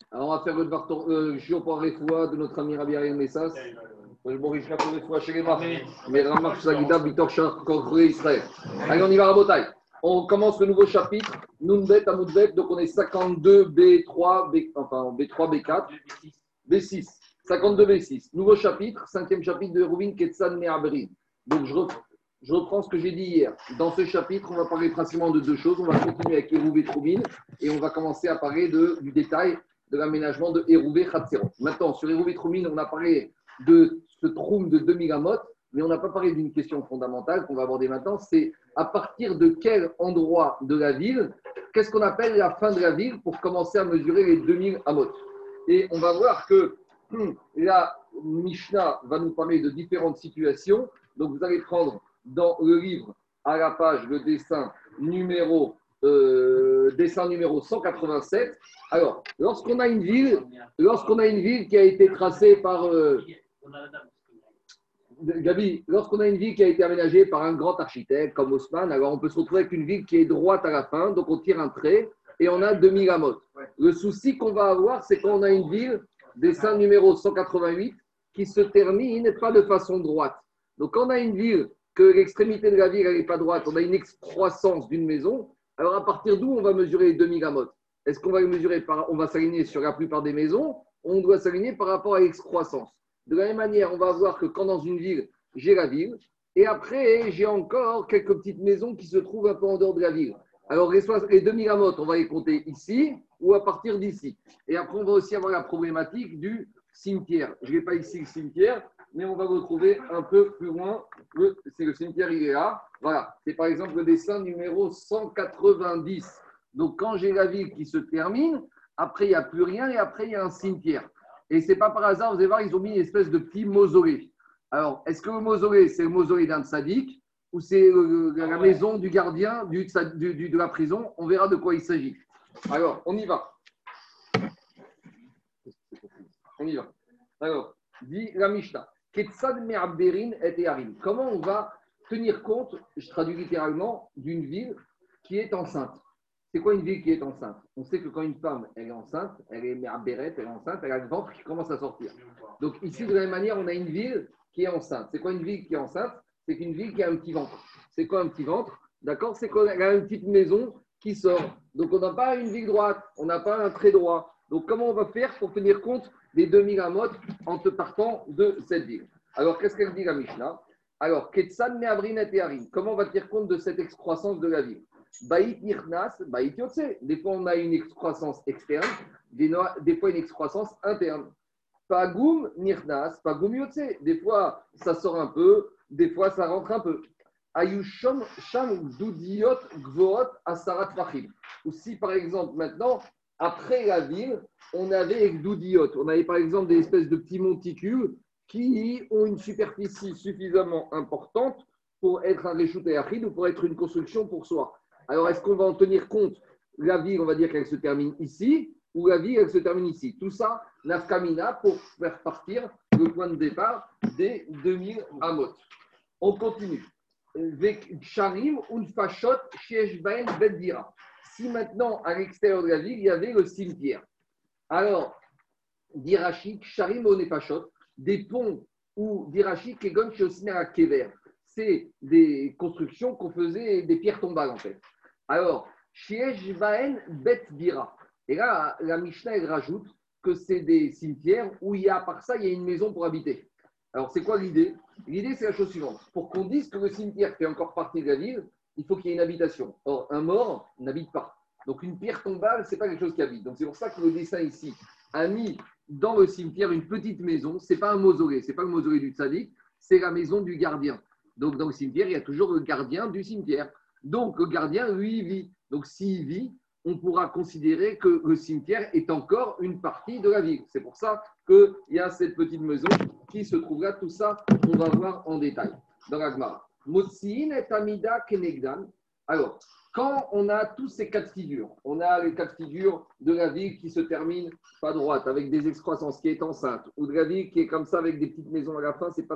Alors, on va faire le shiur pour Refoua de notre ami Rabbi Ariel Messas. Bon, je pour Refoua chez les marques. Mais Ramak Sagida, Vitor Shar, Koré Israël. Allez, on y va, Rabotai. On commence le nouveau chapitre. Nunbet, Amoudbet. Donc, on est 52, B3, B3, B4, B6. 52, B6. Nouveau chapitre, 5e chapitre de Rouvin Ketsan Me'aberin. Donc, je reprends ce que j'ai dit hier. Dans ce chapitre, on va parler principalement de deux choses. On va continuer avec Hérouvé Troubin et on va commencer à parler du détail de l'aménagement de Hérouvé Khatserot. Maintenant, sur Hérouvé Troubin, on a parlé de ce troum de 2000 amot, mais on n'a pas parlé d'une question fondamentale qu'on va aborder maintenant. C'est à partir de quel endroit de la ville, qu'est-ce qu'on appelle la fin de la ville pour commencer à mesurer les 2000 amot. Et on va voir que la Mishnah va nous parler de différentes situations. Donc, vous allez prendre dans le livre, à la page, le dessin numéro 187. Alors, lorsqu'on a une ville qui a été tracée par Gabi, lorsqu'on a une ville qui a été aménagée par un grand architecte comme Haussmann, alors on peut se retrouver avec une ville qui est droite à la fin, donc on tire un trait et on a 2000 amot. Le souci qu'on va avoir, c'est qu'on a une ville, dessin numéro 188, qui se termine pas de façon droite. Donc, quand on a une ville que l'extrémité de la ville n'est pas droite, on a une excroissance d'une maison, alors à partir d'où on va mesurer les 2000 amot? Est-ce qu'on va mesurer on va s'aligner sur la plupart des maisons, ou on doit s'aligner par rapport à l'excroissance? De la même manière, on va voir que quand dans une ville, j'ai la ville, et après, j'ai encore quelques petites maisons qui se trouvent un peu en dehors de la ville. Alors, les 2000 amot, on va les compter ici ou à partir d'ici. Et après, on va aussi avoir la problématique du cimetière. Je n'ai pas ici le cimetière, mais on va le retrouver un peu plus loin. C'est le cimetière, il est là. Voilà, c'est par exemple le dessin numéro 190. Donc, quand j'ai la ville qui se termine, après, il n'y a plus rien et après, il y a un cimetière. Et ce n'est pas par hasard, vous allez voir, ils ont mis une espèce de petit mausolée. Alors, est-ce que le mausolée, c'est le mausolée d'un tzaddik ou c'est la maison du gardien de la prison? On verra de quoi il s'agit. Alors, on y va. Alors, dit la Mishnah. Comment on va tenir compte, je traduis littéralement, d'une ville qui est enceinte? C'est quoi une ville qui est enceinte? On sait que quand une femme elle est enceinte, elle est me'aberet, elle est enceinte, elle a le ventre qui commence à sortir. Donc ici, de la même manière, on a une ville qui est enceinte. C'est quoi une ville qui est enceinte? C'est une ville qui a un petit ventre. C'est quoi un petit ventre? D'accord? C'est qu'on a une petite maison qui sort. Donc on n'a pas une ville droite, on n'a pas un trait droit. Donc comment on va faire pour tenir compte des 2000 amot en te partant de cette ville? Alors qu'est-ce qu'elle dit la Mishnah? Alors, Ketsan me'avrinet et harim. Comment on va tenir compte de cette excroissance de la ville? Baït nirnas, baït yotse. Des fois, on a une excroissance externe, des fois, une excroissance interne. Pagoum nirnas, pagoum yotse. Des fois, ça sort un peu, des fois, ça rentre un peu. Ayushom sham doudiot gvoot asarat fachim. Ou si, par exemple, maintenant, après la ville, on avait doudiot. On avait, par exemple, des espèces de petits monticules qui ont une superficie suffisamment importante pour être un réchout et ou pour être une construction pour soi. Alors, est-ce qu'on va en tenir compte? La ville, on va dire qu'elle se termine ici, ou la ville, elle se termine ici. Tout ça, nafkamina, pour faire partir le point de départ des 2000 amot. On continue. Charim, unfashot, shieshbaen, beddira. Si maintenant, à l'extérieur de la ville, il y avait le cimetière. Alors, dirachik, charim, onefashot, des ponts ou dirachik, kegon, shiosina, kever. C'est des constructions qu'on faisait des pierres tombales, en fait. Alors, Shiesh Vaen Bet Bira. Et là, la Mishnah, elle rajoute que c'est des cimetières où il y a, à part ça, il y a une maison pour habiter. Alors, c'est quoi l'idée? L'idée, c'est la chose suivante. Pour qu'on dise que le cimetière fait encore partie de la ville, il faut qu'il y ait une habitation. Or, un mort n'habite pas. Donc, une pierre tombale, ce n'est pas quelque chose qui habite. Donc, c'est pour ça que le dessin ici a mis dans le cimetière une petite maison. Ce n'est pas un mausolée. Ce n'est pas le mausolée du tzaddik, c'est la maison du gardien. Donc, dans le cimetière, il y a toujours le gardien du cimetière. Donc, le gardien, lui, vit. Donc, s'il vit, on pourra considérer que le cimetière est encore une partie de la ville. C'est pour ça qu'il y a cette petite maison qui se trouve là. Tout ça, on va voir en détail dans la Gemara. Motsiin et Amida Kenegdan. Alors, quand on a tous ces cas de figure, on a les cas de figure de la ville qui se termine pas droite, avec des excroissances, qui est enceinte, ou de la ville qui est comme ça, avec des petites maisons à la fin, c'est pas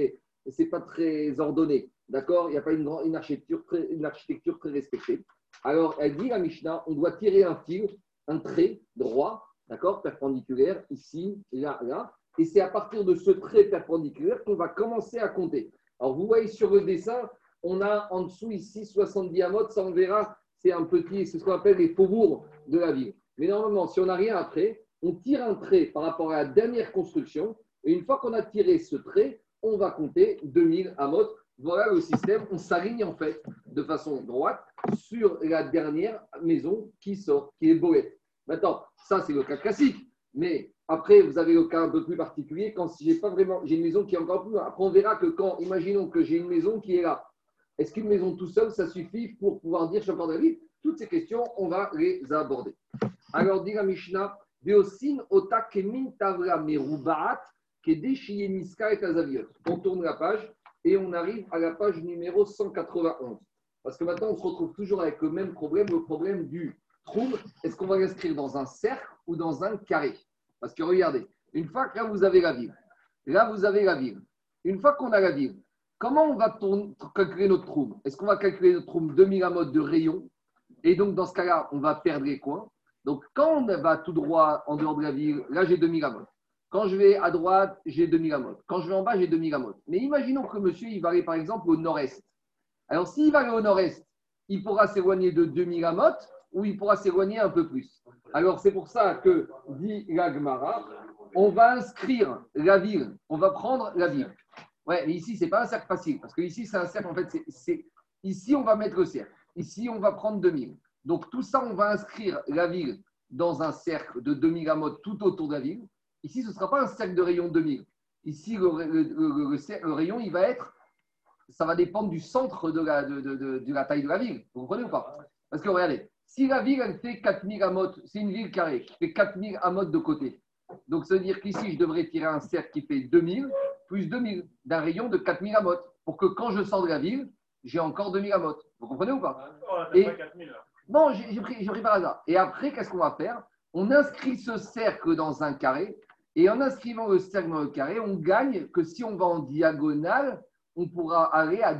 très ordonné. D'accord? Il n'y a pas une architecture très respectée. Alors, elle dit la Mishnah, on doit tirer un fil, un trait droit d'accord, perpendiculaire, ici, là, là. Et c'est à partir de ce trait perpendiculaire qu'on va commencer à compter. Alors, vous voyez sur le dessin, on a en dessous ici 70 amotes, ça on verra, c'est un petit, c'est ce qu'on appelle les faubourgs de la ville. Mais normalement, si on n'a rien après, on tire un trait par rapport à la dernière construction. Et une fois qu'on a tiré ce trait, on va compter 2000 amotes. Voilà le système. On s'aligne en fait de façon droite sur la dernière maison qui sort, qui est Boët. Maintenant, ça c'est le cas classique. Mais après, vous avez le cas un peu plus particulier quand j'ai pas vraiment, j'ai une maison qui est encore plus loin. Après, on verra que quand, imaginons que j'ai une maison qui est là. Est-ce qu'une maison tout seul, ça suffit pour pouvoir dire je suis encore de la ville? Toutes ces questions, on va les aborder. Alors, dit la Mishnah, Beosin ota kemin tavla merubaat kedeshiye niska et kazaviot. On tourne la page et on arrive à la page numéro 191. Parce que maintenant, on se retrouve toujours avec le même problème, le problème du trou. Est-ce qu'on va l'inscrire dans un cercle ou dans un carré? Parce que regardez, une fois que là, vous avez la ville. Là, vous avez la ville. Une fois qu'on a la ville, comment on va calculer notre trou? Est-ce qu'on va calculer notre trou 2000 amotes de rayon? Et donc, dans ce cas-là, on va perdre les coins. Donc, quand on va tout droit en dehors de la ville, là, j'ai 2000 amotes. Quand je vais à droite, j'ai 2000 amotes. Quand je vais en bas, j'ai 2000 amotes. Mais imaginons que monsieur, il va aller par exemple au nord-est. Alors, s'il va aller au nord-est, il pourra s'éloigner de 2000 amotes ou il pourra s'éloigner un peu plus. Alors, c'est pour ça que, dit la Gemara, on va inscrire la ville. On va prendre la ville. Ouais, mais ici, ce n'est pas un cercle facile. Parce que ici, c'est un cercle, en fait, ici, on va mettre le cercle. Ici, on va prendre 2000. Donc, tout ça, on va inscrire la ville dans un cercle de 2000 amotes tout autour de la ville. Ici, ce ne sera pas un cercle de rayon 2000. Ici, le rayon, il va être, ça va dépendre du centre de la taille de la ville. Vous comprenez ou pas? Parce que regardez, si la ville, elle fait 4000 amotes, c'est une ville carrée qui fait 4000 amotes de côté. Donc, ça veut dire qu'ici, je devrais tirer un cercle qui fait 2000 plus 2000 d'un rayon de 4000 amotes pour que quand je sors de la ville, j'ai encore 2000 amotes. Vous comprenez ou pas? Et, non, j'ai pris par hasard. Et après, qu'est-ce qu'on va faire? On inscrit ce cercle dans un carré. Et en inscrivant le cercle dans le carré, on gagne que si on va en diagonale, on pourra aller à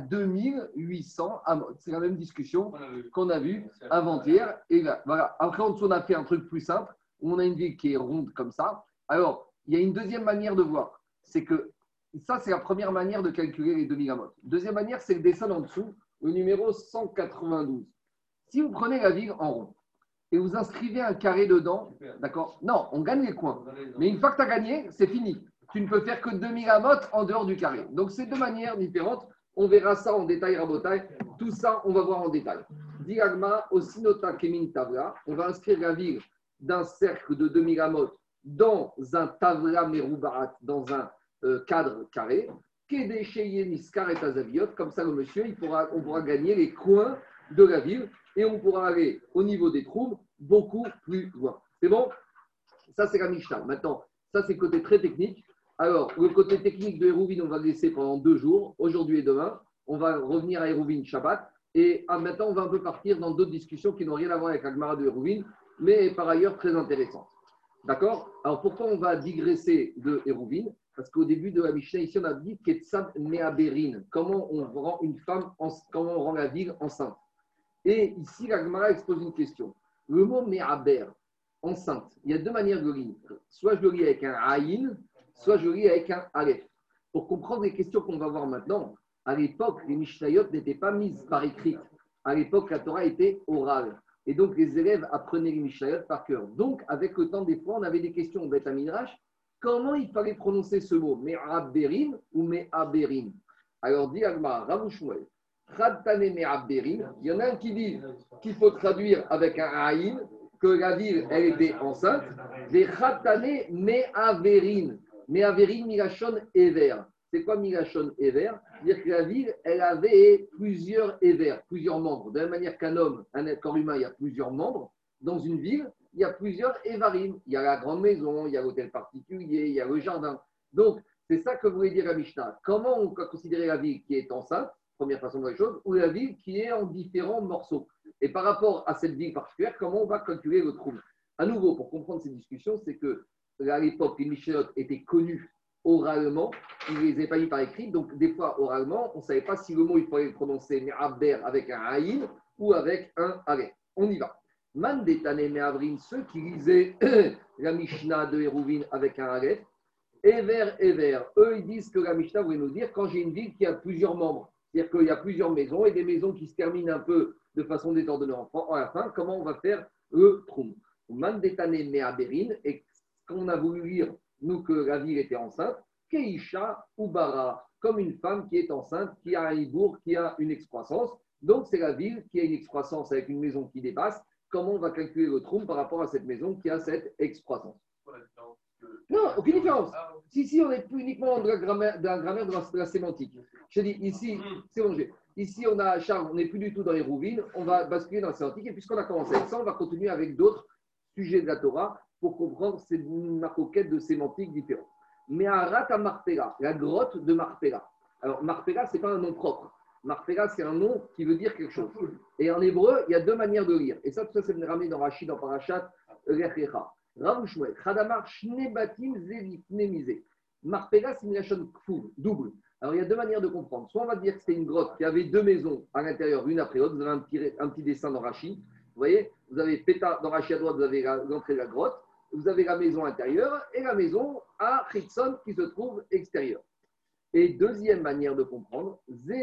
2800 amotes. C'est la même discussion qu'on a vue avant-hier. Et là, voilà. Après, on a fait un truc plus simple. On a une ville qui est ronde comme ça. Alors, il y a une deuxième manière de voir. C'est que ça, c'est la première manière de calculer les 2000 amotes. Deuxième manière, c'est le dessin en dessous, le numéro 192. Si vous prenez la ville en rond et vous inscrivez un carré dedans, d'accord? Non, on gagne les coins. Mais une fois que tu as gagné, c'est fini. Tu ne peux faire que 2000 amotes en dehors du carré. Donc, c'est deux manières différentes. On verra ça en détail, Rabotai. Tout ça, on va voir en détail. Diagma, Osinota Kemin Tavla. On va inscrire la ville d'un cercle de 2000 amotes dans un Tavla Merubarat, dans un cadre carré. Kedesheye Niskar et Azaviot. Comme ça, le monsieur, on pourra gagner les coins de la ville et on pourra aller au niveau des trous beaucoup plus loin. C'est bon? Ça, c'est la Mishnah. Maintenant, ça, c'est le côté très technique. Alors, le côté technique de Hérouvine, on va le laisser pendant 2 jours, aujourd'hui et demain. On va revenir à Hérouvine Shabbat. Et maintenant, on va un peu partir dans d'autres discussions qui n'ont rien à voir avec la Gemara de Hérouvine, mais par ailleurs très intéressantes. D'accord? Alors, pourquoi on va digresser de Hérouvine? Parce qu'au début de la Mishnah, ici, on a dit Ketsad Meaberin. Comment on rend une femme, comment on rend la ville enceinte? Et ici, la Gemara expose une question. Le mot Me'aber, enceinte, il y a deux manières de le lire. Soit je le lis avec un Aïn, soit je le lis avec un Aleph. Pour comprendre les questions qu'on va voir maintenant, à l'époque, les Mishnayot n'étaient pas mises par écrit. À l'époque, la Torah était orale. Et donc, les élèves apprenaient les Mishnayot par cœur. Donc, avec le temps, des fois, on avait des questions au Beth Midrash. Comment il fallait prononcer ce mot? Me'aberin ou Me'aberin? Alors, dit Agmara, Rav Shmuel. Il y en a un qui dit qu'il faut traduire avec un Aïn, que la ville, elle était enceinte. Des Khatane Me'averin. Me'averin, Milachon Ever. C'est quoi Milachon Ever? Dire que la ville, elle avait plusieurs Ever, plusieurs membres. De la même manière qu'un homme, un corps humain, il y a plusieurs membres. Dans une ville, il y a plusieurs Evarim. Il y a la grande maison, il y a l'hôtel particulier, il y a le jardin. Donc, c'est ça que voulait dire la Mishnah. Comment on va considérer la ville qui est enceinte? Première façon de voir les choses, ou la ville qui est en différents morceaux. Et par rapport à cette ville particulière, comment on va calculer le trou? À nouveau, pour comprendre ces discussions, c'est que à l'époque, les Mishnayot étaient connus oralement, ils ne les avaient pas mis par écrit, donc des fois oralement, on ne savait pas si le mot il fallait le prononcer Me'aber avec un Aïn ou avec un Aleph. On y va. Man Detane Meavrin, ceux qui lisaient la Mishnah de Hérouvin avec un Aleph, Ever, eux, ils disent que la Mishnah voulait nous dire quand j'ai une ville qui a plusieurs membres, c'est-à-dire qu'il y a plusieurs maisons et des maisons qui se terminent un peu de façon désordonnée à la fin, comment on va faire le Troum. Man Detane Meaberin, et qu'on a voulu lire, nous, que la ville était enceinte, Keisha ou Bara, comme une femme qui est enceinte, qui a un hibour, qui a une excroissance. Donc, c'est la ville qui a une excroissance avec une maison qui dépasse. Comment on va calculer le Troum par rapport à cette maison qui a cette excroissance? Non, aucune différence. Si, on n'est plus uniquement dans la grammaire, de la sémantique. Je dis, ici, c'est bon, ici, on a Charles, on n'est plus du tout dans les rouvines, on va basculer dans la sémantique. Et puisqu'on a commencé avec ça, on va continuer avec d'autres sujets de la Torah pour comprendre ces marcoquettes de sémantique différentes. Mais à Rata Marpella, la grotte de Marpella. Alors, Marpella, ce n'est pas un nom propre. Marpella, c'est un nom qui veut dire quelque chose. Et en hébreu, il y a deux manières de lire. Et ça, tout ça, c'est ramené dans Rachid, dans Parashat Rechecha. Rav Shmuel, Khadamar, Shnebatim, Zelifnemise. Marpella, c'est une lachon kfou, double. Alors, il y a deux manières de comprendre. Soit on va dire que c'était une grotte qui avait deux maisons à l'intérieur, une après l'autre. Vous avez un petit dessin dans Rachid. Vous voyez, vous avez Péta dans Rachid à droite, vous avez l'entrée de la grotte. Vous avez la maison intérieure et la maison à Chitson qui se trouve extérieure. Et deuxième manière de comprendre,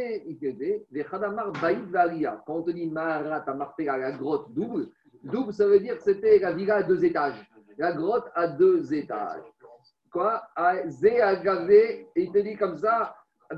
quand on te dit Maharat Marpella, la grotte double, double ça veut dire que c'était la villa à 2 étages. La grotte à 2 étages. Quoi? Zé Agavé, il te dit comme ça,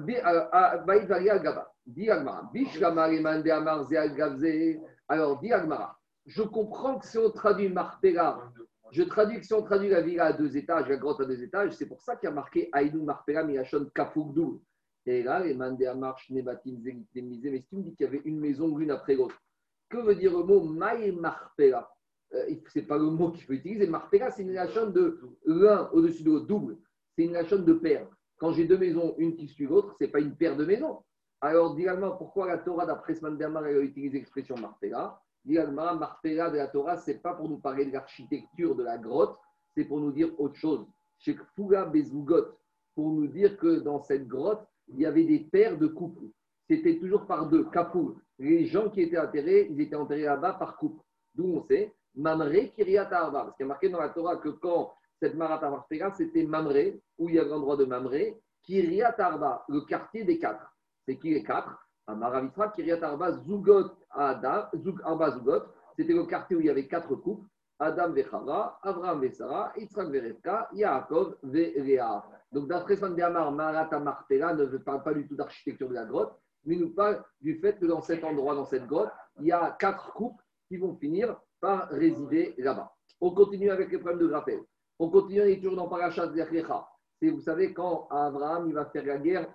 Baïd Varia Gaba. Dit Agmara. Bishlama Remande Amar Zé Agavzé. Alors, dit Agmara. Je comprends que si on traduit Marpella, si on traduit la villa à 2 étages, la grotte à 2 étages, c'est pour ça qu'il y a marqué Aïnou Marpella Milachon Kafougdou. Et là, les Mandé Marche, Nebatim, Zélitémisé. Mais si tu me dis qu'il y avait une maison l'une après l'autre, que veut dire le mot Maï Marpella? Ce n'est pas le mot qu'il faut utiliser. Marpella, c'est une lachon de l'un au-dessus de l'autre, double. C'est une lachon de paire. Quand j'ai 2 maisons, une qui suit l'autre, ce n'est pas une paire de maisons. Alors, directement, pourquoi la Torah, d'après ce Mandéamar, elle a utilisé l'expression Marpella? Directement, Marpella de la Torah, ce n'est pas pour nous parler de l'architecture de la grotte, c'est pour nous dire autre chose. Chez Kfuga Bezougot, pour nous dire que dans cette grotte, il y avait des paires de couples. C'était toujours par 2, Kapoul. Les gens qui étaient enterrés, ils étaient enterrés là-bas par couple. D'où on sait Mamré Kiryat Arba. Parce qu'il y a marqué dans la Torah que quand cette Marat Marpella, c'était Mamré, où il y a l'endroit de Mamré, Kiryat Arba, le quartier des 4. C'est qui les 4? Amaravitra, Kiryat Arba, Zougot, Adam, Arba Zougot. C'était le quartier où il y avait 4 couples. Adam Vechava, Avraham Vesara, Yitzhak Verevka, Yaakov Verea. Donc d'après Sman Amar, Marat Marpella ne parle pas du tout d'architecture de la grotte, mais nous parle du fait que dans cet endroit, dans cette grotte, il y a 4 couples qui vont finir par résider là-bas. On continue avec les problèmes de Grappel. On continue, on est toujours dans Parashat Zechrecha. C'est, vous savez, quand Abraham il va faire la guerre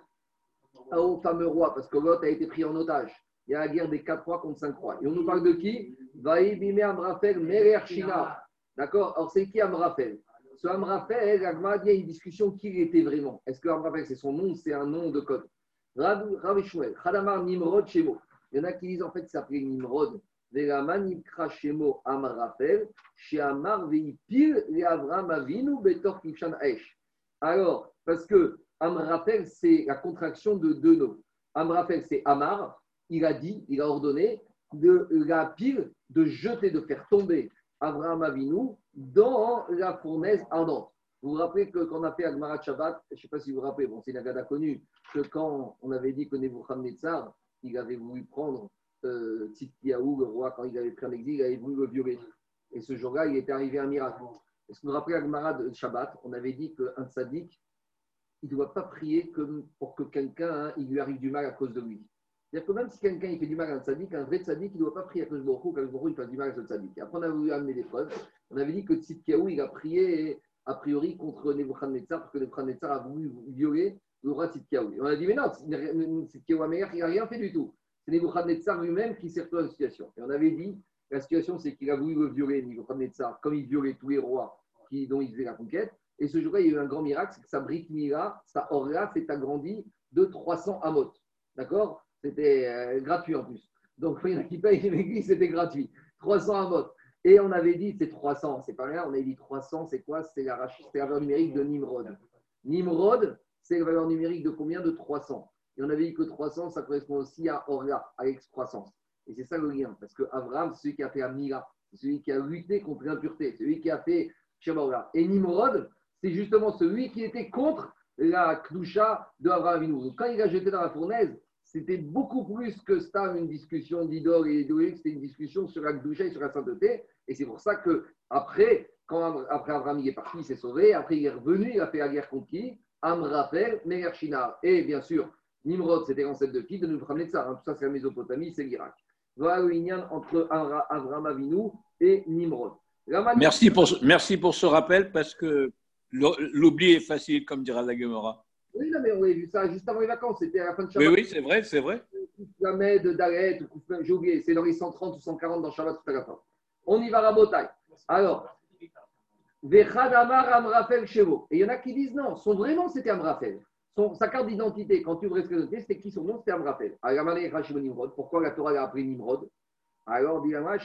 au fameux roi, parce que Lot a été pris en otage. Il y a la guerre des 4 rois contre 5 rois. Et on nous parle de qui? Vaïbime Amrafel Merer Shina. D'accord? Alors, c'est qui Amrafel? Ce Amrafel, il y a une discussion qui il était vraiment. Est-ce que Amrafel, c'est son nom ou c'est un nom de code? Rav Shmuel, Khadamar Nimrod Shemo. Il y en a qui disent en fait que ça s'appelait Nimrod. Veraman Nikra Shemo Amrafel, Sheamar Veipil et Avram Avinu Betor Kifshan Aish. Alors, parce que Amrafel, c'est la contraction de 2 noms. Amrafel, c'est Amar, il a dit, il a ordonné de la pile de jeter, de faire tomber Avraham Avinu dans la fournaise ardente. Vous vous rappelez que quand on a fait Agmarat Shabbat, je ne sais pas si vous vous rappelez, bon, c'est une agada connue, que quand on avait dit que Nebuchadnezzar, il avait voulu prendre Tzidkiyahu, le roi, quand il avait pris en exil, il avait voulu le violer. Et ce jour-là, il était arrivé un miracle. Est-ce que vous vous rappelez Agmarat de Shabbat, on avait dit qu'un tzaddik, il ne doit pas prier pour que quelqu'un, il lui arrive du mal à cause de lui. C'est-à-dire que même si quelqu'un il fait du mal à un tzaddik, un vrai tzaddik, il ne doit pas prier à Kosh Baruch Hu, qu'Kosh Baruch Hu il fasse du mal à ce tzaddik. Après, on a voulu amener des preuves. On avait dit que Tzidkiyahu, il a prié a priori contre Nebuchadnezzar, parce que Nebuchadnezzar a voulu violer le roi Tzidkiyahu. Et on a dit, mais non, Tzidkiyahu Améler, il n'a rien fait du tout. C'est Nebuchadnezzar lui-même qui s'est retrouvé dans la situation. Et on avait dit, la situation, c'est qu'il a voulu le violer, Nebuchadnezzar, comme il violait tous les rois dont il faisait la conquête. Et ce jour-là, il y a eu un grand miracle, c'est que sa Brit Mila, sa Orla, s'est agrandie de 300 amot. D'accord? C'était gratuit en plus. Donc, il y en a qui payent l'église, c'était gratuit. 300 amot. Et on avait dit, c'est 300, c'est pas rien, on avait dit 300, c'est quoi? C'est la valeur numérique de Nimrod. Nimrod, c'est la valeur numérique de combien? De 300. Et on avait dit que 300, ça correspond aussi à Orla, à l'ex-croissance. Et c'est ça le lien, parce que Abraham, c'est celui qui a fait Amira. c'est celui qui a lutté contre l'impureté, celui qui a fait Shabbat. Et Nimrod, c'est justement celui qui était contre la Kdusha de Abraham Avinu. Donc, quand il a jeté dans la fournaise, c'était beaucoup plus que Stam, une discussion d'idole et d'idolique, c'était une discussion sur la Kdusha et sur la sainteté. Et c'est pour ça qu'après, après Abraham il est parti, il s'est sauvé, après il est revenu, il a fait la guerre contre qui Amrapel, Meir Shinar. Et bien sûr, Nimrod, c'était l'ancêtre de qui de nous ramener de ça. Hein. Tout ça, c'est la Mésopotamie, c'est l'Irak. Voilà le lien entre Abraham Avinu et Nimrod. Merci pour ce rappel parce que l'oubli est facile, comme dira la Gemara. Oui, non, mais on a vu ça juste avant les vacances, c'était à la fin de Shabbat. Oui, c'est vrai, c'est vrai. Jamais de Dalet, j'ai oublié, c'est dans les 130 ou 140 dans Shabbat tout à la fin. On y va, Rabotai. Alors, Vechad Amar Amrafel Shevo. Et il y en a qui disent non, son vrai nom c'était Amrafel. Sa carte d'identité, quand tu ouvrais ce que c'était qui son nom, c'était Amrafel. Pourquoi la Torah a appris Nimrod? Alors, parce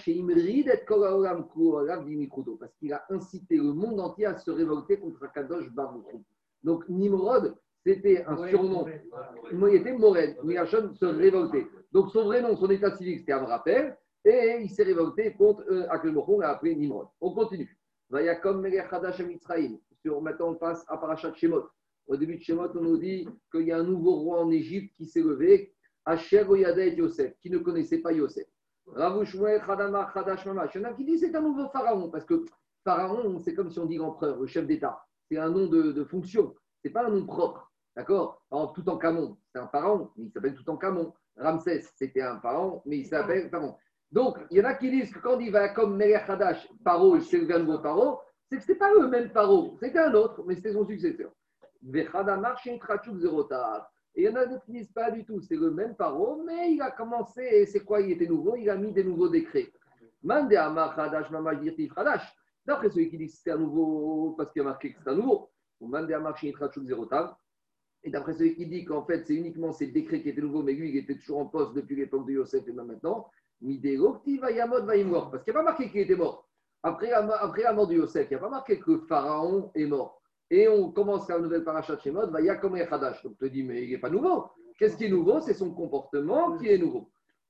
qu'il a incité le monde entier à se révolter contre Akadosh Baruch Hu. Donc, Nimrod, c'était un surnom. Il était Mored, Miyachon se révolter. Donc, son vrai nom, son état civil, c'était Amrapel, et il s'est révolté contre Akadosh Baruch Hu, on l'a appelé Nimrod. On continue. Vayakom Melech Hadash Mitzrayim. Maintenant, on passe à Parashat Shemot. Au début de Shemot, on nous dit qu'il y a un nouveau roi en Égypte qui s'est levé, Asher Oyada et Yosef, qui ne connaissait pas Yosef. Ravouchouel, Khadamar, Khadash Mamash. Il y en a qui disent que c'est un nouveau pharaon, parce que pharaon, c'est comme si on dit l'empereur, le chef d'État. C'est un nom de fonction, ce n'est pas un nom propre. D'accord? Alors, Toutankhamon, c'est un pharaon, mais il s'appelle Toutankhamon. Ramsès, c'était un pharaon, mais il s'appelle pharaon. Donc, il y en a qui disent que quand il va comme Melech Hadash, Paro, c'est le nouveau Paro, c'est que ce n'était pas le même Paro, c'était un autre, mais c'était son successeur. Vechadamar, Shintrachuk, Zerotar. Et il y en a d'autres qui ne disent pas du tout, c'est le même paro, mais il a commencé, et c'est quoi, il était nouveau, il a mis des nouveaux décrets. Mande Amar Hadash, Mamaj Dirtif Hadash. D'après celui qui dit que c'est un nouveau, parce qu'il a marqué que c'est un nouveau, ou Mande Amar Shintrachuk Zerotav. Et d'après celui qui dit qu'en fait, c'est uniquement ces décrets qui étaient nouveaux, mais lui, il était toujours en poste depuis l'époque de Yosef et même maintenant. Midélokti Vayamod Vayimor. Parce qu'il n'y a pas marqué qu'il était mort. Après la mort de Yosef, il n'y a pas marqué que le pharaon est mort. Et on commence la nouvelle parachat Shemot, va Yakom Echadash. Donc, tu te dis, mais il n'est pas nouveau. Qu'est-ce qui est nouveau? C'est son comportement qui est nouveau.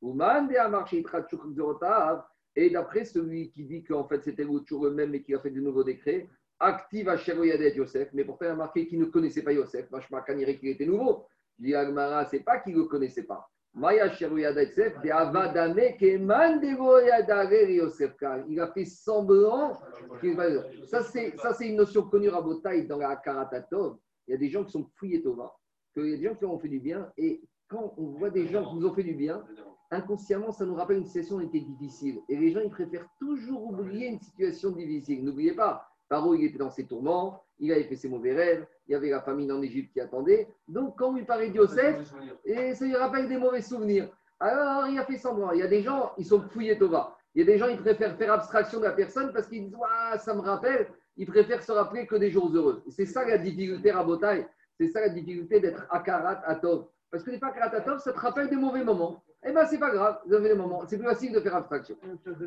Et d'après celui qui dit qu'en fait c'était toujours le même et qu'il a fait de nouveaux décrets, active à Yadet Yosef, mais pourtant il a marqué qu'il ne connaissait pas Yosef. Vachement caniré qu'il était nouveau. Je dis Agmara, c'est pas qu'il ne le connaissait pas. Maya Yadet Yosef, de Avadame Keman Devo Yadare Yosef. Il a fait semblant. Ça, c'est une notion connue à Botaï dans la Karatatov. Il y a des gens qui sont fouillés Tova, il y a des gens qui ont fait du bien, et quand on voit des gens qui nous ont fait du bien, inconsciemment, ça nous rappelle une situation qui était difficile. Et les gens, ils préfèrent toujours oublier une situation difficile. N'oubliez pas, Paro, il était dans ses tourments, il avait fait ses mauvais rêves, il y avait la famine en Égypte qui attendait. Donc, quand il parlait de Yosef, et ça lui rappelle des mauvais souvenirs. Alors, il a fait semblant. Il y a des gens, ils sont fouillés Tova. Il y a des gens, ils préfèrent faire abstraction de la personne parce qu'ils disent « ça me rappelle ». Ils préfèrent se rappeler que des jours heureux. C'est ça la difficulté à Botaï. C'est ça la difficulté d'être akarat atov. Parce que les pas akarat atov, ça te rappelle des mauvais moments. Eh bien, c'est pas grave, vous avez des moments. C'est plus facile de faire abstraction.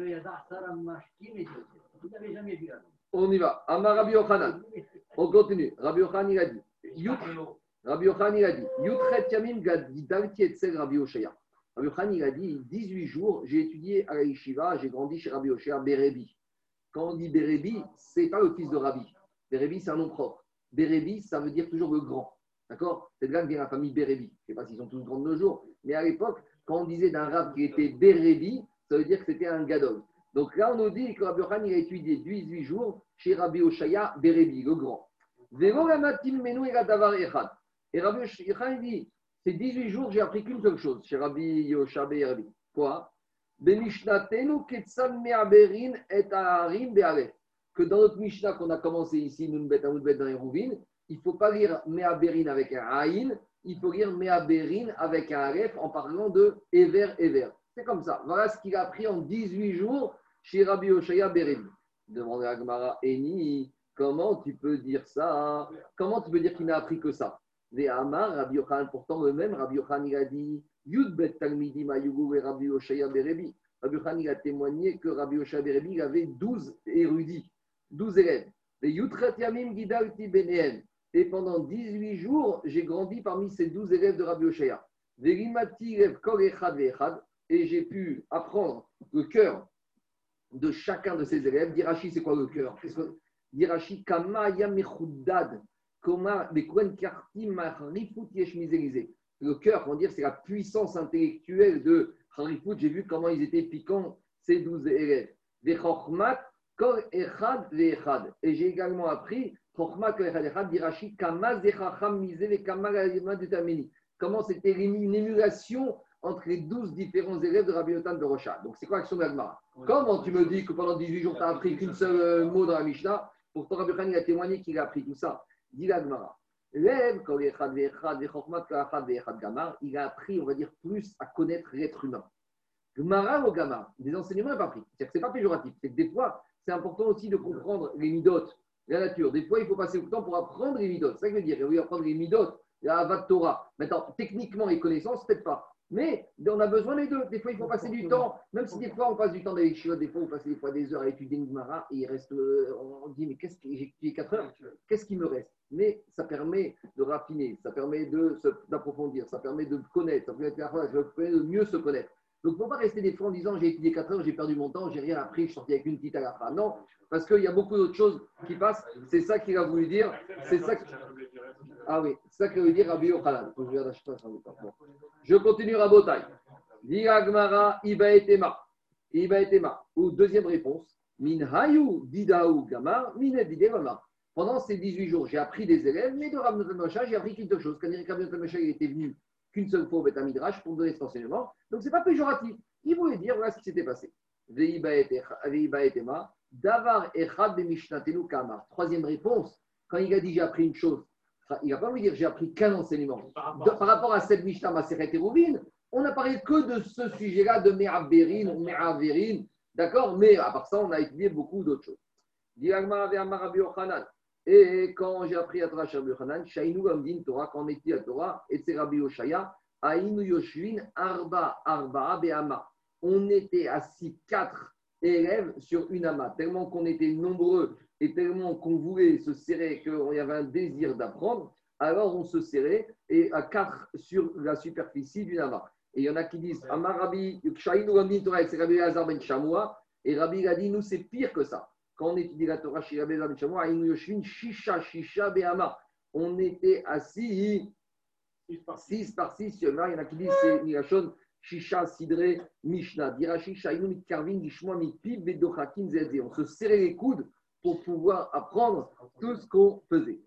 On y va. Amar Rabbi Yochanan. On continue. Rabbi Yochanan, il a dit. Rabbi Yochanan, il a dit. Yutret Yamim Gadidalti Etzel Rabbi Oshaya. Rabbi Yochanan, il a dit 18 jours, j'ai étudié à la Yeshiva, j'ai grandi chez Rabbi Oshaya Berebi. Quand on dit Berebi, ce n'est pas le fils de Rabbi. Berebi, c'est un nom propre. Berebi, ça veut dire toujours le grand. D'accord? C'est de là que vient la famille Berebi. Je ne sais pas s'ils sont tous grands de nos jours, mais à l'époque, quand on disait d'un rab qui était Berebi, ça veut dire que c'était un gadol. Donc là, on nous dit que Rabbi Yochanan, il a étudié 18 jours chez Rabbi Oshaya Berebi, le grand. Et Rabbi Yochanan dit, ces 18 jours, j'ai appris qu'une seule chose chez Rabbi Oshaya Berebi. Quoi? Que dans notre Mishnah qu'on a commencé ici, Nunbet Amoudbet dans les Rouvines, il ne faut pas lire Me'aberin avec un Aïn, il faut lire Me'aberin avec un Aleph en parlant de Ever. C'est comme ça. Voilà ce qu'il a appris en 18 jours chez Rabbi Oshaya Berebi. Demande à Agmara Eni, comment tu peux dire ça? Comment tu peux dire qu'il n'a appris que ça? Des Amar, Rabbi Yochanan, pourtant le même, Rabbi Yochanan il a dit Yudbet Talmidim Ayugu et Rabbi Oshaya Berebi. Rabbi Yochanan il a témoigné que Rabbi Oshaya Berebi il avait 12 érudits, 12 élèves. Et Yutret Yamim Gidalti Benehem. Et pendant 18 jours, j'ai grandi parmi ces 12 élèves de Rabbi Oshaya. Verimati Rev Kol Echad Ve'echad. Et j'ai pu apprendre le cœur de chacun de ses élèves. Dirachi, c'est quoi le cœur? Dirachi, Kama Yamechoudad, Koma Bekwen Karti Marifut Yeshmizelisé. Le cœur, on va dire, c'est la puissance intellectuelle de Harifut. J'ai vu comment ils étaient piquants, ces 12 élèves. Des Chochmat, Kol Echad Ve'echad. Et j'ai également appris, Chochmat, Kol Echad Ve'echad, Dirachi, Kama Zechacham Mize et Kama Galima de Tamini. Comment c'était une émulation entre les 12 différents élèves de Rabbi Yotan de Rocha. Donc, c'est quoi l'action de l'Agmara? Comment tu me dis que pendant 18 jours, tu n'as appris qu'une seule mot dans la Mishnah? Pourtant, Rabbi Yotan, il a témoigné qu'il a appris tout ça. Dit l'Agmara. Il a appris, on va dire, plus à connaître l'être humain. Gemara au Gamar, des enseignements, il n'a pas appris. C'est-à-dire que ce n'est pas péjoratif. C'est que des fois, c'est important aussi de comprendre les midotes, la nature. Des fois, il faut passer le temps pour apprendre les midotes. C'est ça que je veux dire. Oui, apprendre les midotes, la Avad Torah. Maintenant, techniquement, les connaissances, peut-être pas. Mais on a besoin des deux. Des fois, il faut passer du temps. Même si des fois, on passe du temps dans les chiottes, des fois, on passe des fois des heures à étudier une Gemara et il reste, on dit, mais qu'est-ce que j'ai étudié 4 heures? Qu'est-ce qui me reste? Mais ça permet de raffiner, ça permet d'approfondir, ça permet de connaître, ça permet de mieux se connaître. Donc, il ne faut pas rester des fois en disant, j'ai étudié 4 heures, j'ai perdu mon temps, j'ai rien appris, je suis sorti avec une petite agafa. Non, parce qu'il y a beaucoup d'autres choses qui passent. C'est ça qu'il a voulu dire. C'est ça. Ah oui, c'est ça que veut dire Rabbi Yochanan. Je continue Rabotai. Diragmara Iba etema. Iba etema. Ou deuxième réponse. Min hayu didaou gamar min didevama. Pendant ces 18 jours, j'ai appris des élèves, mais de Rav Notan Moshe, j'ai appris qu'une seule chose. Quand Rav Notan Moshe était venu qu'une seule fois au Beth Midrash pour donner cet enseignement. Donc, ce n'est pas péjoratif. Il voulait dire voilà ce qui s'était passé. Veiba etema. Davar echad de mishnatenu kamar. Troisième réponse. Quand il a dit j'ai appris une chose, il n'a pas voulu dire j'ai appris qu'un enseignement. Par rapport à cette Mishnah Maseret Eruvin, on n'a parlé que de ce sujet-là de Me'aberin ou Me'averin. D'accord? Mais à part ça, on a étudié beaucoup d'autres choses. Et quand j'ai appris à Torah chez Rabbi Yochanan, Shainu Amdin Torah, quand on étudie la Torah, et c'est Rabbi Oshaya, Ainu Yoshvin Arba Be'ama. On était assis 4 élèves sur une ama, tellement qu'on était nombreux et tellement qu'on voulait se serrer, qu'il y avait un désir d'apprendre, alors on se serrait et à 4 sur la superficie d'une ama. Et il y en a qui disent Amar Rabbi Shainu Amdin Torah, c'est Rabbi Azar Ben Shamoua, et Rabbi a dit nous c'est pire que ça. Quand on étudie la Torah chez Rabbi Azar Ben Shamoua, Ainu Yoshvin Shisha Be'ama. On était assis 6 par 6, il y en a qui disent c'est Mirachon. Shisha, Sidre, Mishnah, Dirachi, Shainu, Mitkarvin, Gishmoa, Mitpib, Bedochakim, Zedze. On se serrait les coudes pour pouvoir apprendre tout ce qu'on faisait.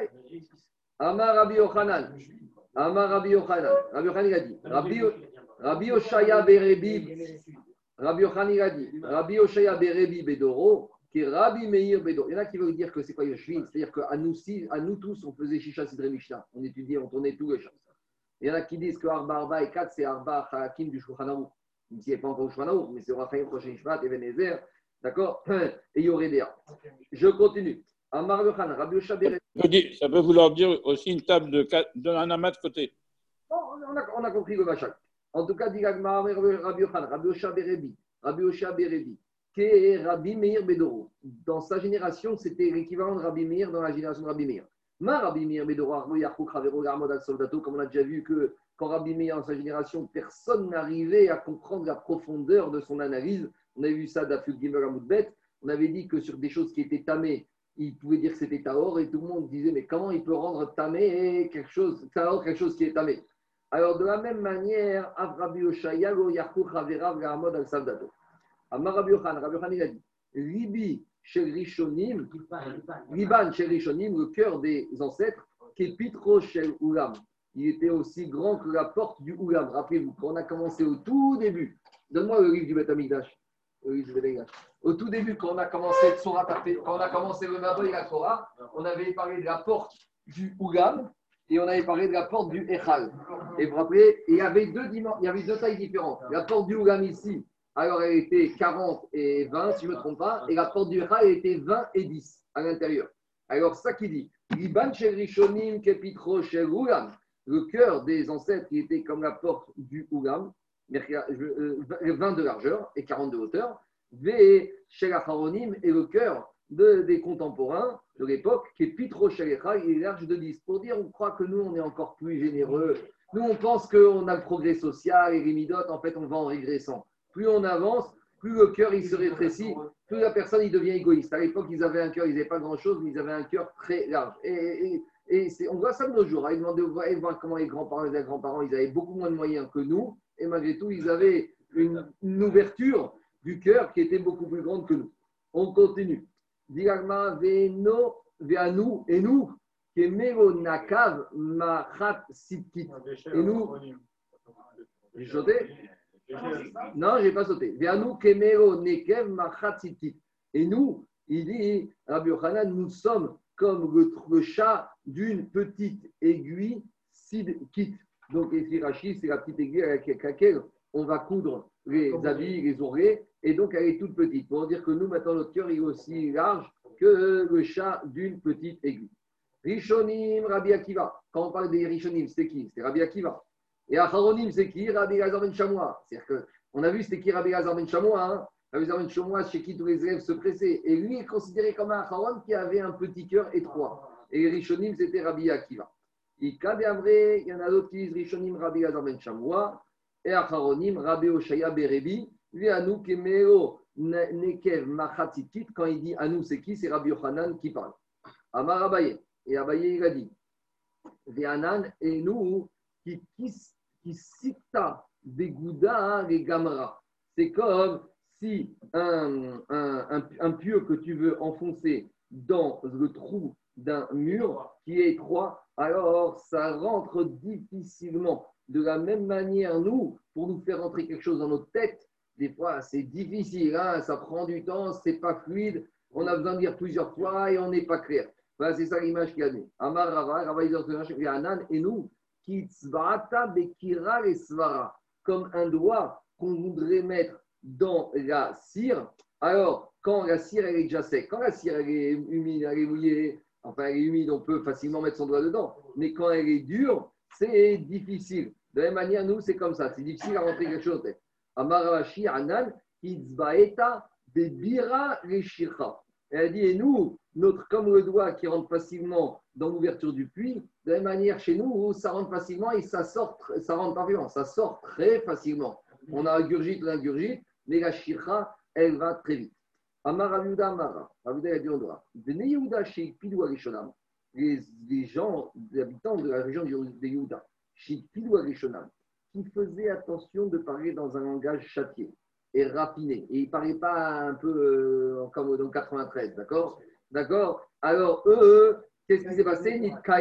Amar Rabbi Yochanan. Amar Rabbi Yochanan. Rabbi Yochanan, il a dit. Rabbi Oshaya Berebi. Rabbi Yochanan, il a dit. Rabbi Oshaya Berebi Bedoro, qui est Rabbi Meir Bedoro. Il y en a qui veulent dire que c'est quoi Yoshvin, c'est-à-dire qu'à nous tous, on faisait Shisha, Sidre, Mishnah. On étudiait, on tournait tout le champ. Il y en a qui disent que Arba et 4, c'est Arba Halakim du Shulchan Aruch. Même s'il n'est pas encore au Shulchan Aruch, mais c'est au Raphaël prochain Shvat, Ebenezer, d'accord? Et Yoredea. Je continue. Amar Yochanan, Rabbi Oshabere. Ça peut vouloir dire aussi une table d'un amas de côté. Bon, on a compris le Machak. En tout cas, dit Rabbi Yochanan, Rabbi Oshaberebi, Rabbi Oshaberebi, qui est Rabbi Meir Bedoro. Dans sa génération, c'était l'équivalent de Rabbi Meir dans la génération de Rabbi Meir. Rabbi Meir Bedoro, comme on a déjà vu que quand Rabbi Meir dans sa génération, personne n'arrivait à comprendre la profondeur de son analyse. On avait vu ça d'Afud Gimel Amoudbet. On avait dit que sur des choses qui étaient tamées, il pouvait dire que c'était taor et tout le monde disait mais comment il peut rendre tamé quelque chose qui est tamé. Alors de la même manière, Rabbi Oshaya lo Yachou Chaverav Gahamod al Savdato. Amar Rabbi Yochanan, Rabbi Yochanan il a dit Libi Shel Rishonim, Liban Shel Rishonim, le cœur des ancêtres, qui est Pitro Shel Ulam. Il était aussi grand que la porte du Ulam. Rappelez-vous, quand on a commencé au tout début, donne-moi le livre du Beth Amikdash. Au tout début, quand on a commencé quand on a commencé le Mabo et la Torah, on avait parlé de la porte du Ulam et on avait parlé de la porte du Echal. Et vous vous rappelez, il y avait deux tailles différentes. La porte du Ulam ici, alors elle était 40 et 20, si je ne me trompe pas, et la porte du Echal, elle était 20 et 10 à l'intérieur. Alors, ça qui dit, Liban Shel Rishonim Kepitro Shel Ulam, le cœur des ancêtres qui était comme la porte du Ulam, 20 de largeur et 40 de hauteur, Ve Shel Acharonim est le cœur des contemporains de l'époque, qui est Pitro Shel Echal, il est large de 10. Pour dire, on croit que nous, on est encore plus généreux. Nous, on pense qu'on a le progrès social et les midotes, en fait, on va en régressant. Plus on avance, plus le cœur il se rétrécit, plus la personne il devient égoïste. À l'époque, ils avaient un cœur, ils n'avaient pas grand-chose, mais ils avaient un cœur très large. On voit ça de nos jours. Ils demandaient voir comment les grands-parents, ils avaient beaucoup moins de moyens que nous, et malgré tout, ils avaient une ouverture du cœur qui était beaucoup plus grande que nous. On continue. Diagma veno veanu et nous kemelo nakav machat sitkit. Et nous, j'ai sauté. Non, je n'ai pas sauté. Veanu kemelo nekev machat sitkit. Et nous, il dit, Rabbi Yochanan, nous sommes comme le chat d'une petite aiguille sidkit. Donc, Rashi, c'est la petite aiguille avec laquelle on va coudre les habits, les oreillers, et donc elle est toute petite. Pour dire que nous, maintenant, notre cœur est aussi large que le chat d'une petite aiguille. Rishonim, Rabbi Akiva. Quand on parle des Rishonim, c'était qui? C'était Rabbi Akiva. Et Acharonim, c'est qui? Rabbi Elazar ben Shamoua. C'est-à-dire qu'on a vu c'était qui Rabbi Elazar ben Shamoua. Hein? Rabbi Elazar ben Shamoua, chez qui tous les élèves se pressaient. Et lui est considéré comme un Acharon qui avait un petit cœur étroit. Et les Rishonim, c'était Rabbi Akiva. Il y en a d'autres qui disent Rishonim, Rabbi Elazar ben Shamoua. Et Acharonim, Rabbi Oshaya Berebi, Vianu Kemeo Nekev Machatikit, quand il dit Anou, c'est qui? C'est Rabbi Yochanan qui parle. Amar Abaye, et Abaye il a dit Vianan et nous qui sita Begouda les Gamra. C'est comme si un pieu que tu veux enfoncer dans le trou d'un mur qui est étroit, alors ça rentre difficilement. De la même manière, nous, pour nous faire rentrer quelque chose dans notre tête, des fois, c'est difficile, hein, ça prend du temps, c'est pas fluide, on a besoin de dire plusieurs fois et on n'est pas clair. Voilà, c'est ça l'image qu'il y a donné. Amar Rava, Rava Anan, et nous, Kitzvata Bekira et Svara, comme un doigt qu'on voudrait mettre dans la cire. Alors, quand la cire, elle est déjà sec, quand la cire, elle est humide, elle est mouillée, enfin, elle est humide, on peut facilement mettre son doigt dedans, mais quand elle est dure, c'est difficile. De la même manière, nous, c'est comme ça. C'est difficile à rentrer quelque chose en tête. Amarashi Anan, Itzbaeta, Bebira, Reshircha. Elle dit, et nous, comme le doigt qui rentre facilement dans l'ouverture du puits, de la même manière, chez nous, ça rentre facilement et ça rentre pas vraiment, ça sort très facilement. On a ingurgite, mais la shircha, elle va très vite. Amar Aviuda Amara, Aviuda a dit on doit. Bene Yehuda chez Pidou Arishonam, les gens, les habitants de la région de Yehuda, chez Pidou Arishonam, qui faisaient attention de parler dans un langage châtié et raffiné. Et il ne parlait pas un peu comme dans 93, d'accord? D'accord? Alors, eux, qu'est-ce qui s'est passé? Il faut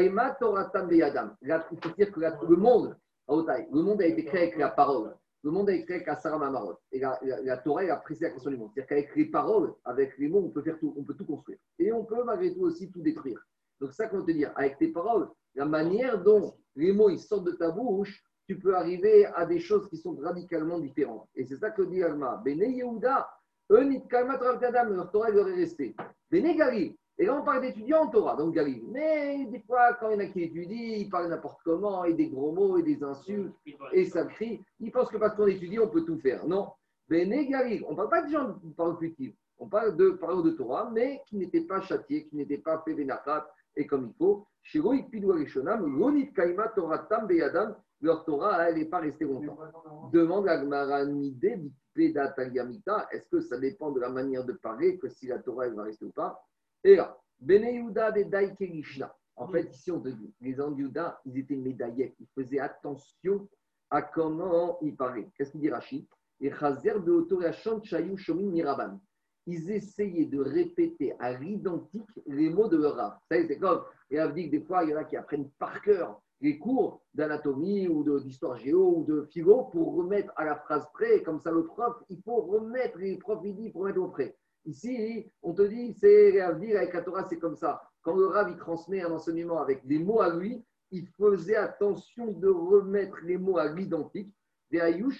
dire que le monde, le monde a été créé avec la parole. Le monde a été créé avec la Sarah Mamarot. Et la Torah a précisé la question du monde. C'est-à-dire qu'avec les paroles, avec les mots, on peut faire tout, on peut tout construire. Et on peut malgré tout aussi tout détruire. Donc, c'est ça qu'on veut te dire. Avec tes paroles, la manière dont les mots ils sortent de ta bouche, tu peux arriver à des choses qui sont radicalement différentes. Et c'est ça que dit Alma. Bene Yehuda, eux, Nitkalma Torah Kadam, leur Torah leur est restée. Bene Galil. Et là, on parle d'étudiants en Torah, donc Galil. Mais des fois, quand il y en a qui étudient, ils parlent n'importe comment, et des gros mots, et des insultes, et ça crie. Ils pensent que parce qu'on étudie, on peut tout faire. Non. Bene Galil. On ne parle pas de gens qui parlent cultive. On parle de paroles de Torah, mais qui n'étaient pas châtiés, qui n'étaient pas fait Benachat, et comme il faut. Shiroïk Pidou Arishonam, Ronit Kaima Torah Tam Beyadam. Leur Torah, elle n'est pas restée longtemps. Demande à Gmaranide, est-ce que ça dépend de la manière de parler, que si la Torah, elle va rester ou pas? Et là, Bene Yehuda de Daïkerishna. En fait, ici, on te dit, les gens de Yehuda, ils étaient médaillés. Ils faisaient attention à comment ils parlaient. Qu'est-ce qu'il dit Rachid? Et Chazer de Otorachon Chayou Shomin Miraban. Ils essayaient de répéter à l'identique les mots de leur rave. C'est comme les Avdik, des fois, il y en a qui apprennent par cœur les cours d'anatomie ou d'histoire géo ou de philo pour remettre à la phrase près, comme ça le prof, il faut remettre, les profs il dit pour remettre au près. Ici, on te dit, c'est à dire avec la Torah, c'est comme ça. Quand le Rav il transmet un enseignement avec des mots à lui, il faisait attention de remettre les mots à l'identique. Et il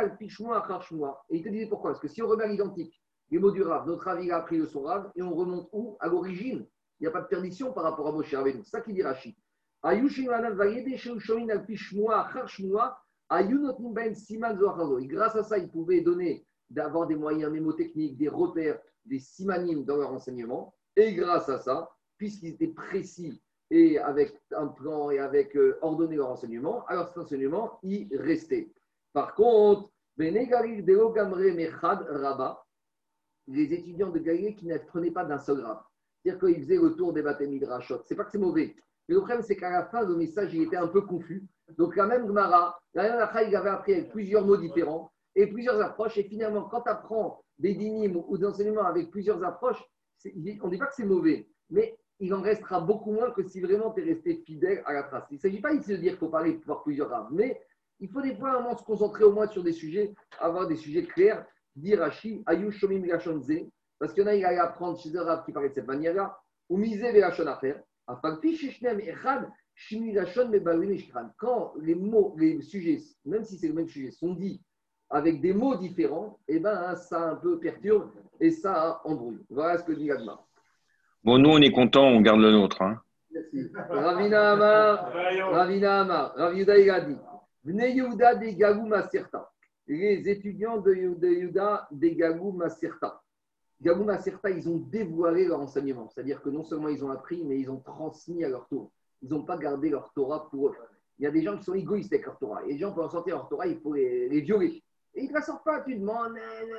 te disait pourquoi? Parce que si on remet à l'identique les mots du Rav, notre Rav il a appris de son Rav et on remonte où? À l'origine. Il n'y a pas de perdition par rapport à Moshe Rabbeinu. C'est ça qu'il dit Rachid. Et grâce à ça, ils pouvaient d'avoir des moyens mémotechniques, des repères, des simanim dans leur enseignement. Et grâce à ça, puisqu'ils étaient précis et avec un plan et avec ordonné leur enseignement, alors cet enseignement, il restait. Par contre, Les étudiants de Galilée qui n'apprenaient pas d'un seul grave. C'est-à-dire qu'ils faisaient le tour des baptêmes midrashot. C'est pas que c'est mauvais. Mais le problème, c'est qu'à la fin, le message, il était un peu confus. Donc, la même Gemara, il avait appris avec plusieurs mots différents et plusieurs approches. Et finalement, quand tu apprends des dynimes ou des enseignements avec plusieurs approches, on ne dit pas que c'est mauvais, mais il en restera beaucoup moins que si vraiment tu es resté fidèle à la trace. Il ne s'agit pas ici de dire qu'il faut parler par plusieurs raves, mais il faut des fois vraiment se concentrer au moins sur des sujets, avoir des sujets clairs. Dire Rashi, Ayu Shomim Gashonze, parce qu'il y en a, il allait apprendre chez un rave qui parlait de cette manière-là, ou miser Velachon affaire. Quand les mots, les sujets, même si c'est le même sujet, sont dits avec des mots différents, eh ben, ça un peu perturbe et ça embrouille. Voilà ce que dit Agma. Bon, nous, on est contents, on garde le nôtre. Hein. Merci. Ravina Amar, Rav Yuda, il a dit Vne Yehuda de Gagou Maserta. Les étudiants de Yehuda de Gagou Maserta. Gagou Maserta, ils ont dévoilé leur enseignement. C'est-à-dire que non seulement ils ont appris, mais ils ont transmis à leur tour. Ils n'ont pas gardé leur Torah pour eux. Il y a des gens qui sont égoïstes avec leur Torah. Et les gens, pour en sortir leur Torah, il faut les violer. Et ils ne la sortent pas, tu demandes.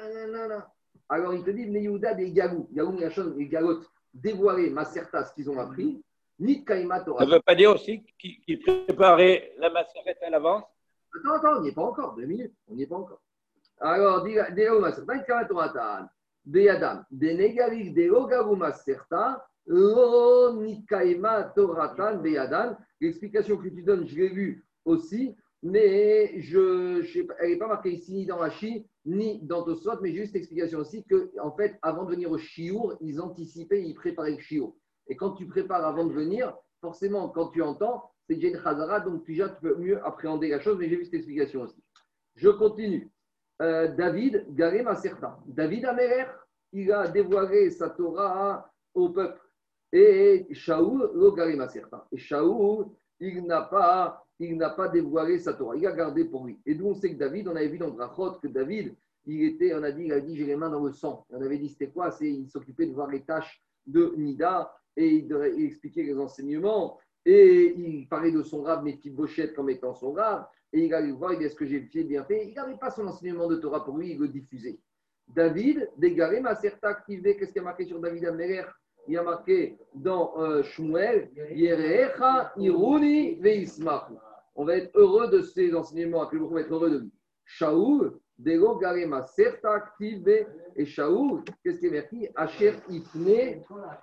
Alors il te dit, les Yehuda des Gagou, les Galotes, dévoiler Maserta, ce qu'ils ont appris, ni Kaima Torah. Ça ne veut pas dire aussi qu'ils préparaient la Maseret à l'avance? Attends, on n'y est pas encore, 2 minutes, on n'y est pas encore. Alors, dis Maserta, ni Kaima Torah. Beyadam, des négarik, des ogaruma certa, lo nikaima toratan beyadam. L'explication que tu donnes, je l'ai vue aussi, mais elle n'est pas marquée ici ni dans Rashi, ni dans Tosot, mais juste l'explication aussi que, en fait, avant de venir au Shiour, ils anticipaient, ils préparaient le Shiour. Et quand tu prépares avant de venir, forcément, quand tu entends, c'est déjà une Chazara, donc déjà, tu peux mieux appréhender la chose, mais j'ai vu cette explication aussi. Je continue. David, Garem Aserta. David Améler, il a dévoilé sa Torah au peuple. Et Shaoul, le Garem Aserta. Et Shaoul, il n'a pas dévoilé sa Torah. Il a gardé pour lui. Et d'où on sait que David, on avait vu dans Brachot que David, il a dit, j'ai les mains dans le sang. On avait dit, c'était quoi? Il s'occupait de voir les tâches de Nida et il expliquait les enseignements. Et il parlait de son rave, Mephibosheth, comme étant son rave. Et il allait voir, il dit, est-ce que j'ai bien fait? Il n'avait pas son enseignement de Torah pour lui, il le diffusait. David, dégaré, Maserta activé, qu'est-ce qu'il y a marqué sur David Améler? Il y a marqué dans Shmuel, Yerecha, Iruni, Veismachu. On va être heureux de ces enseignements, on va être heureux de lui. Shaoul, Dego Garé, Maserta activé, et Shaoul, qu'est-ce qui est marqué? Asher Ifne,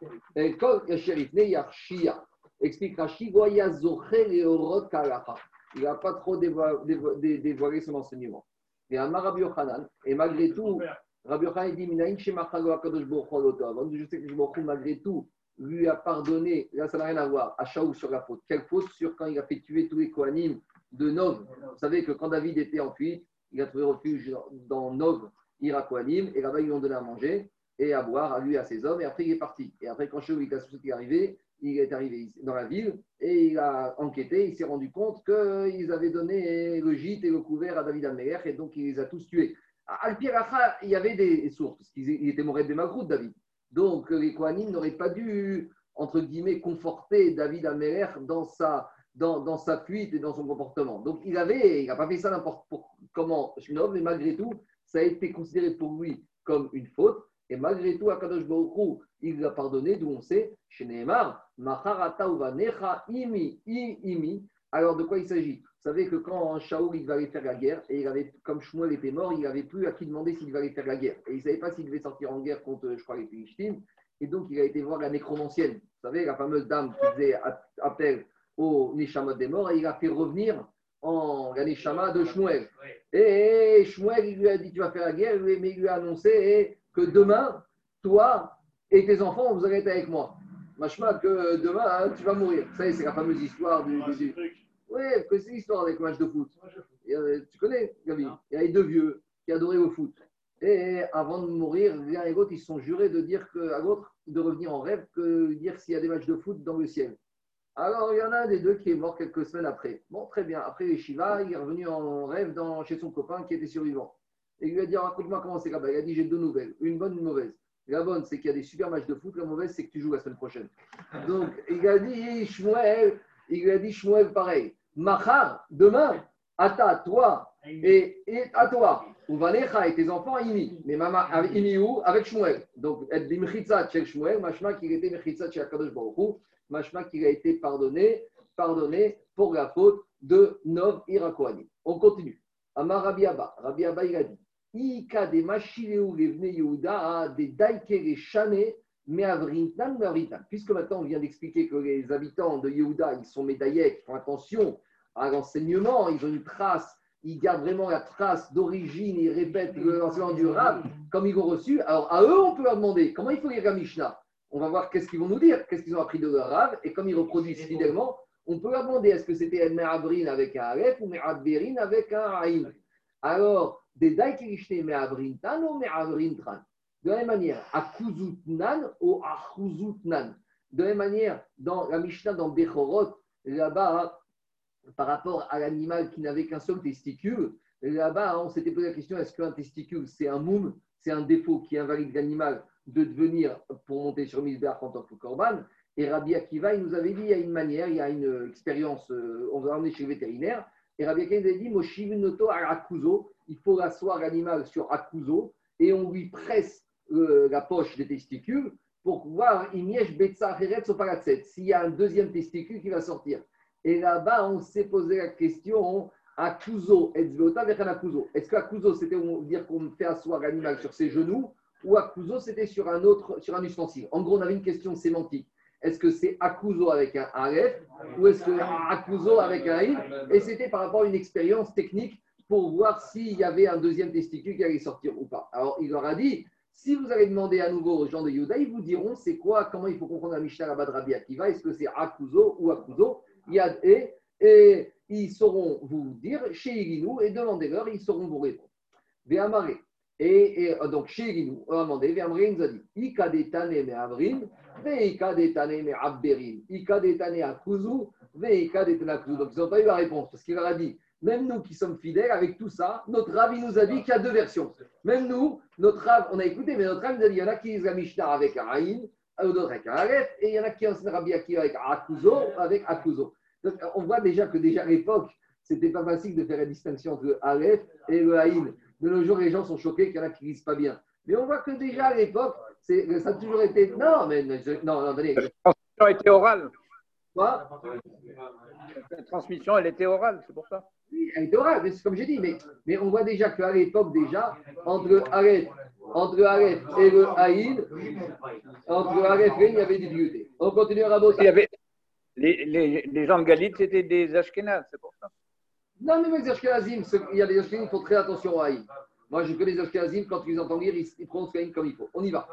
Asher Ifne, Yarshia. Explique Rashi, Goya Zocher et Orot Kalacha. Il n'a pas trop dévoilé son enseignement. Et Amar Rabbi Yochanan, et malgré tout, Rabbi Yochanan dit Minaïn Shemachalo Akadosh Baruch Hu Loto. Je sais que Baruch Hu, malgré tout, lui a pardonné, là ça n'a rien à voir, à Shaoul sur la faute. Quelle faute? Sur quand il a fait tuer tous les Kohanim de Nov. Vous savez que quand David était en fuite, il a trouvé refuge dans Nov, Ira Kohanim, et là-bas ils lui ont donné à manger et à boire, à lui et à ses hommes, et après il est parti. Et après, quand Shaoul est arrivé, il est arrivé dans la ville et il a enquêté, il s'est rendu compte qu'ils avaient donné le gîte et le couvert à David Améler et donc il les a tous tués. À Al-Piracha, il y avait des sources, parce qu'il était mort des Magroutes, David. Donc les Kohanim n'auraient pas dû, entre guillemets, conforter David Améler dans sa fuite et dans son comportement. Donc il n'a pas fait ça n'importe comment, mais malgré tout, ça a été considéré pour lui comme une faute. Et malgré tout, Akadosh Baruch Hu, il l'a pardonné, d'où on sait, chez Nehemar, Macharata uvanecha imi. Alors, de quoi il s'agit? Vous savez que quand Shaoul il va aller faire la guerre, et comme Shmuel était mort, il n'avait plus à qui demander s'il va aller faire la guerre. Et il ne savait pas s'il devait sortir en guerre contre, je crois, les Philistines. Et donc, il a été voir la nécromancienne. Vous savez, la fameuse dame qui faisait appel au Neshama des morts, et il a fait revenir en la Neshama de Shmuel. Et Shmuel, il lui a dit, tu vas faire la guerre, mais il lui a annoncé que demain, toi et tes enfants, vous allez être avec moi. Machma, que demain, hein, tu vas mourir. Ça y est, c'est la fameuse histoire du. Oui, c'est l'histoire avec le match de foot. Tu connais, Gabi? Il y avait 2 vieux qui adoraient le foot. Et avant de mourir, l'un et l'autre, ils se sont jurés de dire à l'autre de revenir en rêve que dire s'il y a des matchs de foot dans le ciel. Alors, il y en a un des 2 qui est mort quelques semaines après. Bon, très bien. Après les Shiva, il est revenu en rêve chez son copain qui était survivant. Et il lui a dit, raconte-moi comment c'est là-bas. Il a dit, j'ai 2 nouvelles, une bonne et une mauvaise. La bonne, c'est qu'il y a des super matchs de foot. La mauvaise, c'est que tu joues la semaine prochaine. Donc, il lui a dit, Shmuel, pareil. Machar, demain, à toi et à toi. Ou Vanecha et tes enfants, Imi. Mais maman, Imi où? Avec Shmuel. Donc, être Mechitza chez Shmuel, machma qu'il était Mechitza chez Akadosh Baruch Hu, machma qu'il a été pardonné pour la faute de Nov Irakoani. On continue. Amar Rabbi Abba. Rabbi Abba, il a dit Ika de Machileu Levne Yehuda des Daikere Shane Meavrintan Meavrintan. Puisque maintenant on vient d'expliquer que les habitants de Yehuda, ils sont médaillés, ils font attention à l'enseignement, ils ont une trace, ils gardent vraiment la trace d'origine, ils répètent l'enseignement du Rav comme ils l'ont reçu. Alors à eux, on peut leur demander comment il faut lire la Mishnah. On va voir qu'est-ce qu'ils vont nous dire, qu'est-ce qu'ils ont appris de leur Rav, et comme ils reproduisent fidèlement, on peut leur demander est-ce que c'était Me'abrin avec un Aleph ou Me'abberin avec un Aïn. Alors, des Daikirishne Me'abrintan ou Me'abrintran. De la même manière, Akuzutnan ou Achuzutnan. De la même manière, dans la Mishnah, dans Bechorot, là-bas, par rapport à l'animal qui n'avait qu'un seul testicule, là-bas, on s'était posé la question est-ce qu'un testicule, c'est un moum, c'est un défaut qui invalide l'animal de devenir pour monter sur Misbéach en tant que korban. Et Rabbi Akiva, il nous avait dit il y a une manière, il y a une expérience, on va emmener chez le vétérinaire. Et Rabbi Akiva nous avait dit Moshiv noto akuzo, il faut asseoir l'animal sur akuzo et on lui presse la poche des testicules pour voir s'il y a un deuxième testicule qui va sortir. Et là-bas, on s'est posé la question akuzo, est-ce que akuzo, c'était dire qu'on fait asseoir l'animal sur ses genoux ou akuzo, c'était sur un ustensile. En gros, on avait une question sémantique. Est-ce que c'est akuzo avec un Aleph ou est-ce que akuzo avec un I? Et c'était par rapport à une expérience technique pour voir s'il y avait un deuxième testicule qui allait sortir ou pas. Alors, il leur a dit, si vous allez demander à nouveau aux gens de Yehuda, ils vous diront c'est quoi, comment il faut comprendre la Mishnah là-bas de Rabbi Akiva, est-ce que c'est akuzo ou akuzo, Yad et ils sauront vous dire chez Irinou et demandez-leur, ils sauront vous répondre. Véamaré. Et donc, chez Irinou, on a demandé, Véamaré nous a dit Ika detane me avrin, Veika detane me abberin, Ika detane akuzu, Veika detane akuzu. Donc, ils n'ont pas eu la réponse parce qu'il leur a dit même nous qui sommes fidèles avec tout ça, notre Rav il nous a dit qu'il y a deux versions. Même nous, notre Rav, on a écouté, mais notre Rav nous a dit il y en a qui lisent la Mishnah avec un Aïn, d'autres avec un Aleph, et il y en a qui enseignent Rabbi Akiva avec Akuzo, avec Akuzo. Donc, on voit déjà que déjà à l'époque, c'était pas facile de faire la distinction entre le Aleph et le Aïn. De nos jours, les gens sont choqués qu'il y en a qui ne lisent pas bien. Mais on voit que déjà à l'époque, ça a toujours été. Non, non, attendez. La transmission était orale. Quoi? La transmission, elle était orale, c'est pour ça. Oui, elle était orale, c'est comme j'ai dit, mais on voit déjà qu'à l'époque, déjà, entre le Aleph et le Aïn, entre le Aleph et le Aïn, il y avait des difficultés. On continue à raboter. Il y avait les gens de Galite, c'était des Ashkénazes, c'est pour ça. Non, mais les Ashkenazim, il y a des Ashkenazim qui font très attention au Aïn. Moi, je connais les Ashkenazim, quand ils entendent lire, ils prononcent Aïn comme il faut. On y va.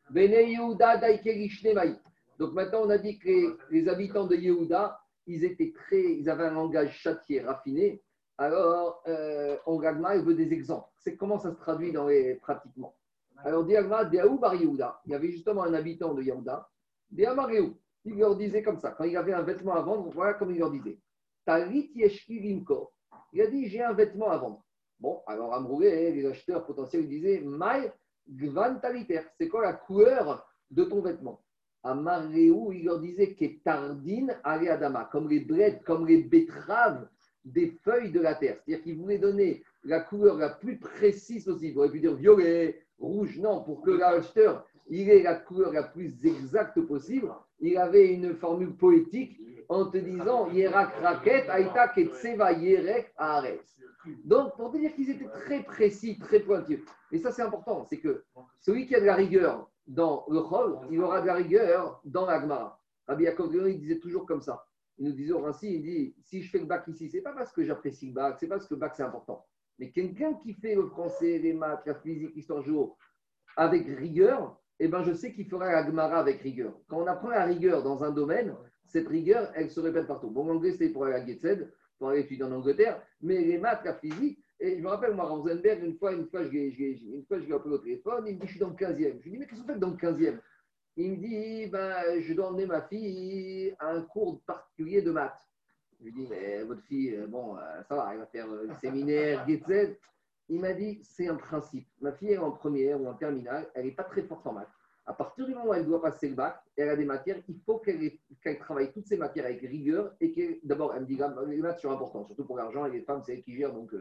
Donc maintenant, on a dit que les habitants de Yehuda, ils avaient un langage châtié, raffiné. Alors, on Gagma, il veut des exemples. C'est comment ça se traduit pratiquement. Alors, Diagma, Deaou Bar Yehuda, il y avait justement un habitant de Yehuda, Deamaréou. Il leur disait comme ça, quand il avait un vêtement à vendre, voilà comme il leur disait. Talit Yeshki Limko. Il a dit, j'ai un vêtement à vendre. Bon, alors Amroué, les acheteurs potentiels, ils disaient, Maï Gvan Taliter, c'est quoi la couleur de ton vêtement? À Maréou, il leur disait que Tardine Adama, comme les blettes, comme les betteraves des feuilles de la terre. C'est-à-dire qu'il voulait donner la couleur la plus précise possible. Il aurait pu dire violet, rouge, non, pour que l'acheteur il ait la couleur la plus exacte possible. Il avait une formule poétique en te disant Yerak Raket, Aïta Ketseva Yerek Haaretz. Donc, pour te dire qu'ils étaient très précis, très pointus. Et ça, c'est important, c'est que celui qui a de la rigueur dans le Chol, il aura de la rigueur dans la Gemara. Rabbi Yaakov il disait toujours comme ça. Il nous disait au Rinci, il dit si je fais le bac ici, c'est pas parce que j'apprécie le bac, c'est parce que le bac c'est important. Mais quelqu'un qui fait le français, les maths, la physique, l'histoire géo avec rigueur, eh ben je sais qu'il fera la Gemara avec rigueur. Quand on apprend la rigueur dans un domaine, cette rigueur, elle se répète partout. Bon, l'anglais, c'est pour aller à Gateshead, pour aller étudier en Angleterre, mais les maths, la physique, et je me rappelle, moi, Rosenberg, une fois, je l'ai appelé au téléphone, il me dit, je suis dans le 15e. Je lui dis, mais qu'est-ce que vous faites dans le 15e? Il me dit, je dois emmener ma fille à un cours particulier de maths. Je lui dis, mais votre fille, ça va, elle va faire le séminaire, Gateshead. Il m'a dit, c'est un principe. Ma fille est en première ou en terminale, elle n'est pas très forte en maths. À partir du moment où elle doit passer le bac, elle a des matières, il faut qu'elle travaille toutes ces matières avec rigueur et d'abord, elle me dit, les maths sont importants, surtout pour l'argent et les femmes, c'est elles qui gèrent, donc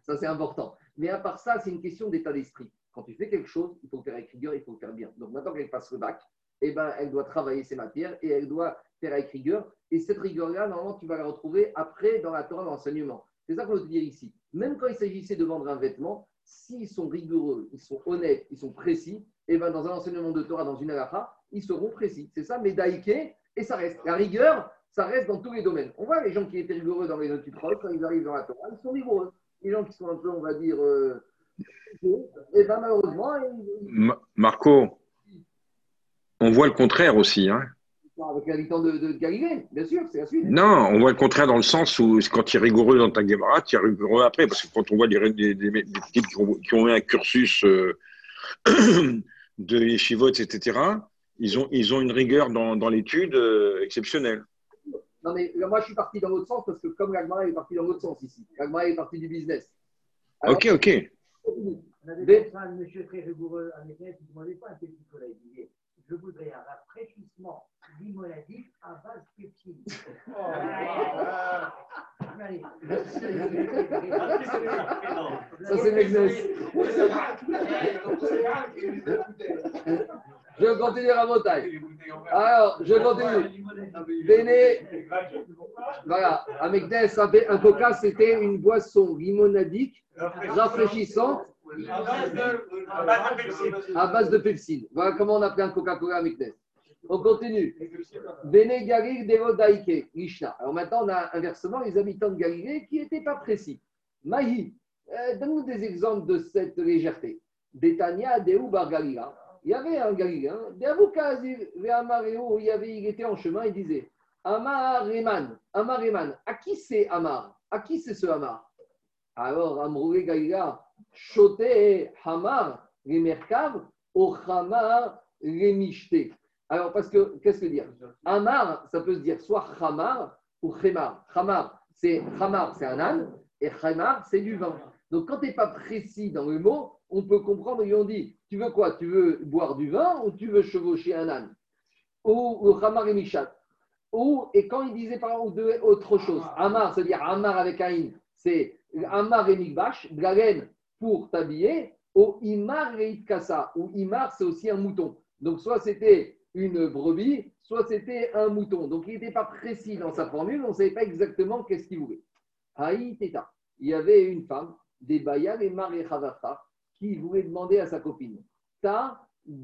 Ça, c'est important. Mais à part ça, c'est une question d'état d'esprit. Quand tu fais quelque chose, il faut le faire avec rigueur, il faut le faire bien. Donc maintenant qu'elle passe le bac, eh ben, elle doit travailler ses matières et elle doit faire avec rigueur. Et cette rigueur-là, normalement, tu vas la retrouver après dans la Torah d'enseignement. C'est ça qu'on veut te dire ici. Même quand il s'agissait de vendre un vêtement, s'ils sont rigoureux, ils sont honnêtes, ils sont précis, et ben dans un enseignement de Torah, dans une halakha, ils seront précis. C'est ça, mais daïké, et ça reste. La rigueur, ça reste dans tous les domaines. On voit les gens qui étaient rigoureux dans les études proches, quand ils arrivent dans la Torah, ils sont rigoureux. Les gens qui sont un peu, on va dire, et ben malheureusement, Marco, on voit le contraire aussi. Hein. avec l'habitant de Galilée, bien sûr, c'est la suite. Non, on voit le contraire dans le sens où quand tu es rigoureux dans ta Gemara, tu es rigoureux après. Parce que quand on voit des types qui ont eu un cursus de yeshivot, etc., ils ont une rigueur dans l'étude exceptionnelle. Non, mais là, moi, je suis parti dans l'autre sens parce que comme l'Agmara est parti dans l'autre sens ici, l'Agmara est parti du business. Alors, Ok. On avait comme ça un monsieur très rigoureux américain qui ne demandait pas un petit soleil. Il disait je voudrais un rafraîchissement limonadique à base de pepsine. Ça, c'est business. Je continue à montagne. Alors, je continue. Béné. Voilà. Avec un coca, c'était une boisson limonadique rafraîchissante à base de pepsine. Voilà comment on appelle un Coca-Cola avec Nes. On continue. Béné Galil Dero Daike, Mishnah. Alors maintenant, on a inversement les habitants de Galilée qui n'étaient pas précis. Mahi, donne-nous des exemples de cette légèreté. Détania, Déou Bar Galila. Il y avait un Galiléen, Déaboukazi, Véamareo, il était en chemin, il disait Amar Eman, à qui c'est Amar? À qui c'est ce Amar? Alors, Amroué Galila, Choté Hamar, les Merkav, au Hamar, les Mishté. Alors, parce que, qu'est-ce que dire? Hamar, ça peut se dire soit Hamar ou Khemar. Hamar, c'est un âne, et Khemar, c'est du vin. Donc, quand tu n'es pas précis dans le mot, on peut comprendre, ils ont dit, tu veux quoi? Tu veux boire du vin ou tu veux chevaucher un âne? Ou le Hamar et Mishat. Et quand il disait par exemple autre chose, Hamar, c'est-à-dire Hamar avec un in, c'est Hamar et Mikbash, de la laine pour t'habiller, au Imar et Itkasa, ou Imar, c'est aussi un mouton. Donc, soit c'était une brebis, soit c'était un mouton. Donc, il n'était pas précis dans sa formule, on ne savait pas exactement qu'est-ce qu'il voulait. Haït Teta, il y avait une femme, des Bayal et Mar et Chavata, qui voulait demander à sa copine Tada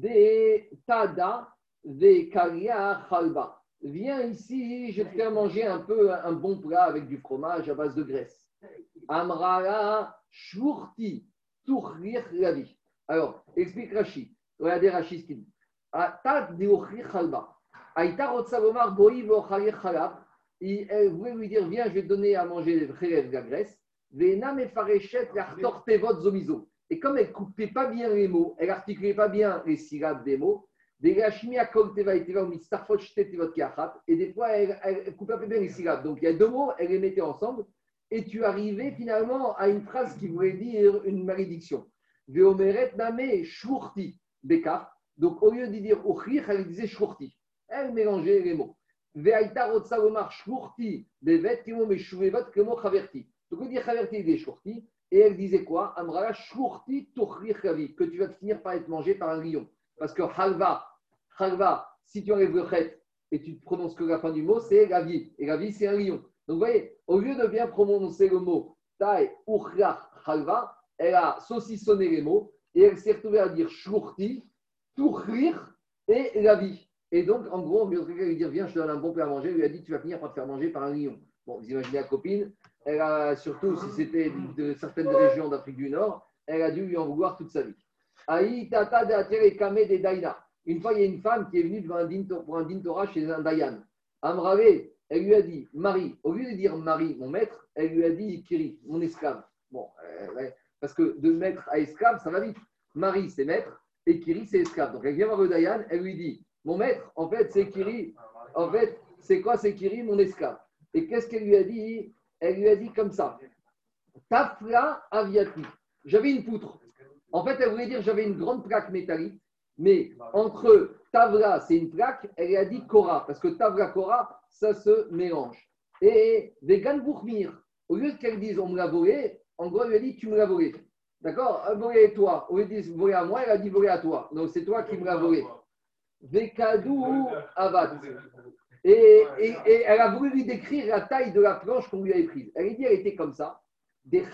de Kalia Chalba. Viens ici, je vais te faire manger un bon plat avec du fromage à base de graisse. Amrala Shurti Tourir Lavi. Alors, explique Rashi. Regardez Rashi ce qu'il dit. Tad de Ochrir Chalba. Aïta Rotsalomar Boi Vochalir Chalab. Elle voulait lui dire viens, je vais te donner à manger de la graisse. Vena Mefarechet Lartor Tevot Zomizo. Et comme elle ne coupait pas bien les mots, elle n'articulait pas bien les syllabes des mots, et des fois elle coupait un peu bien les syllabes. Donc il y a deux mots, elle les mettait ensemble, et tu arrivais finalement à une phrase qui voulait dire une malédiction. Veomeret Name Shurti Bekar. Donc au lieu de dire Ochrir, elle disait Shurti. Elle mélangeait les mots. Veaïta Rotsalomar Shurti Bevet Kemo Meshuvevat Kemo Chaverti. Donc on dit Chaverti des Shurti. Et elle disait quoi? Amrala shurti tuchrir kavi, que tu vas te finir par être mangé par un lion. Parce que halva, si tu enlèves le chet et tu ne prononces que la fin du mot, c'est la vie. Et la vie, c'est un lion. Donc vous voyez, au lieu de bien prononcer le mot taï, uchrach, halva, elle a saucissonné les mots et elle s'est retrouvée à dire shurti, tuchrir et la vie. Et donc, en gros, on vient lui dire viens, je te donne un bon plat à manger. Elle lui a dit tu vas finir par te faire manger par un lion. Bon, vous imaginez la copine. Elle a, surtout si c'était de certaines régions d'Afrique du Nord, elle a dû lui en vouloir toute sa vie. Une fois, il y a une femme qui est venue pour un din Torah chez un Dayan. Amravé, elle lui a dit Marie. Au lieu de dire Marie, mon maître, elle lui a dit Kiri, mon esclave. Bon, parce que de maître à esclave, ça va vite. Marie, c'est maître, et Kiri, c'est esclave. Donc elle vient voir le Dayan, elle lui dit mon maître, en fait, c'est Kiri. En fait, c'est quoi? C'est Kiri, mon esclave. Et qu'est-ce qu'elle lui a dit? Elle lui a dit comme ça. Tafla aviati. J'avais une poutre. En fait, elle voulait dire j'avais une grande plaque métallique, mais entre Tavla, c'est une plaque, elle a dit Kora, parce que Tavla, Kora, ça se mélange. Et Vegan Bourmir, au lieu qu'elle dise on me l'a volé, En gros, elle lui a dit, tu me l'as volé. D'accord? Volé toi. Au lieu de dire volé à moi, elle a dit volé à toi. Donc, c'est toi qui me l'as volé. Vekadou avat. Et elle a voulu lui décrire la taille de la planche qu'on lui avait prise. Elle a dit, elle était comme ça. Des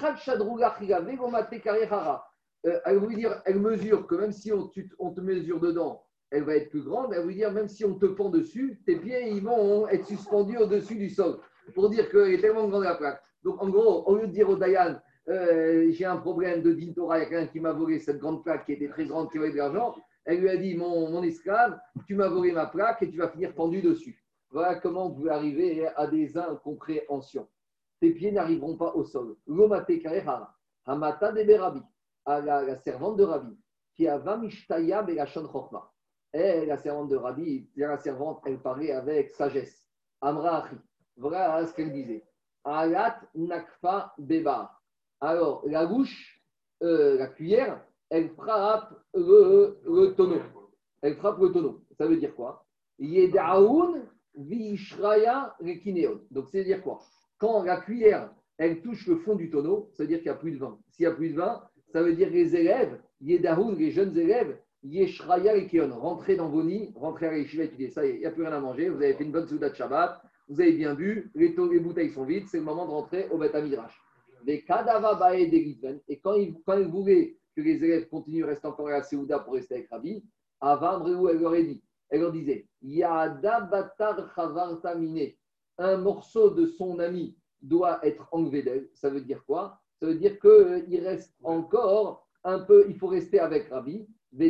elle veut dire, elle mesure que même si on te mesure dedans, elle va être plus grande. Elle veut dire, même si on te pend dessus, tes pieds ils vont être suspendus au-dessus du sol. Pour dire qu'elle est tellement grande la plaque. Donc en gros, au lieu de dire au Dayan, j'ai un problème de din Torah, il y a quelqu'un qui m'a volé cette grande plaque qui était très grande, qui avait de l'argent, elle lui a dit, mon esclave, tu m'as volé ma plaque et tu vas finir pendu dessus. Voilà comment vous pouvez arriver à des incompréhensions. Tes pieds n'arriveront pas au sol. Lomate karehara, hamata de berabi, à la servante de Rabbi, qui a vamishtaya belachon chokma. Et la servante de Rabbi, la servante, elle parlait avec sagesse. Amra achi. Voilà ce qu'elle disait. Alat nakfa bebar. Alors, la bouche, la cuillère, elle frappe le tonneau. Elle frappe le tonneau. Ça veut dire quoi? Yedaoun vishraya rekineon. Donc, c'est-à-dire quoi? Quand la cuillère, elle touche le fond du tonneau, ça veut dire qu'il n'y a plus de vin. S'il n'y a plus de vin, ça veut dire que les élèves, Yedaoun, les jeunes élèves, Yeshraya rekineon. Rentrez dans vos nids, rentrez à l'échiva, étudiez ça, il n'y a plus rien à manger. Vous avez fait une bonne souda de Shabbat, vous avez bien bu, les bouteilles sont vides, c'est le moment de rentrer au Beth Midrash. Les kadava bae d'Eritven, et quand ils voulaient que les élèves continuent, restent encore à la Séouda pour rester avec Rabbi, avant elle leur disait, Yada batar chavartamine, un morceau de son ami doit être enlevé d'elle. Ça veut dire quoi? Ça veut dire qu'il reste encore un peu, il faut rester avec Rabbi.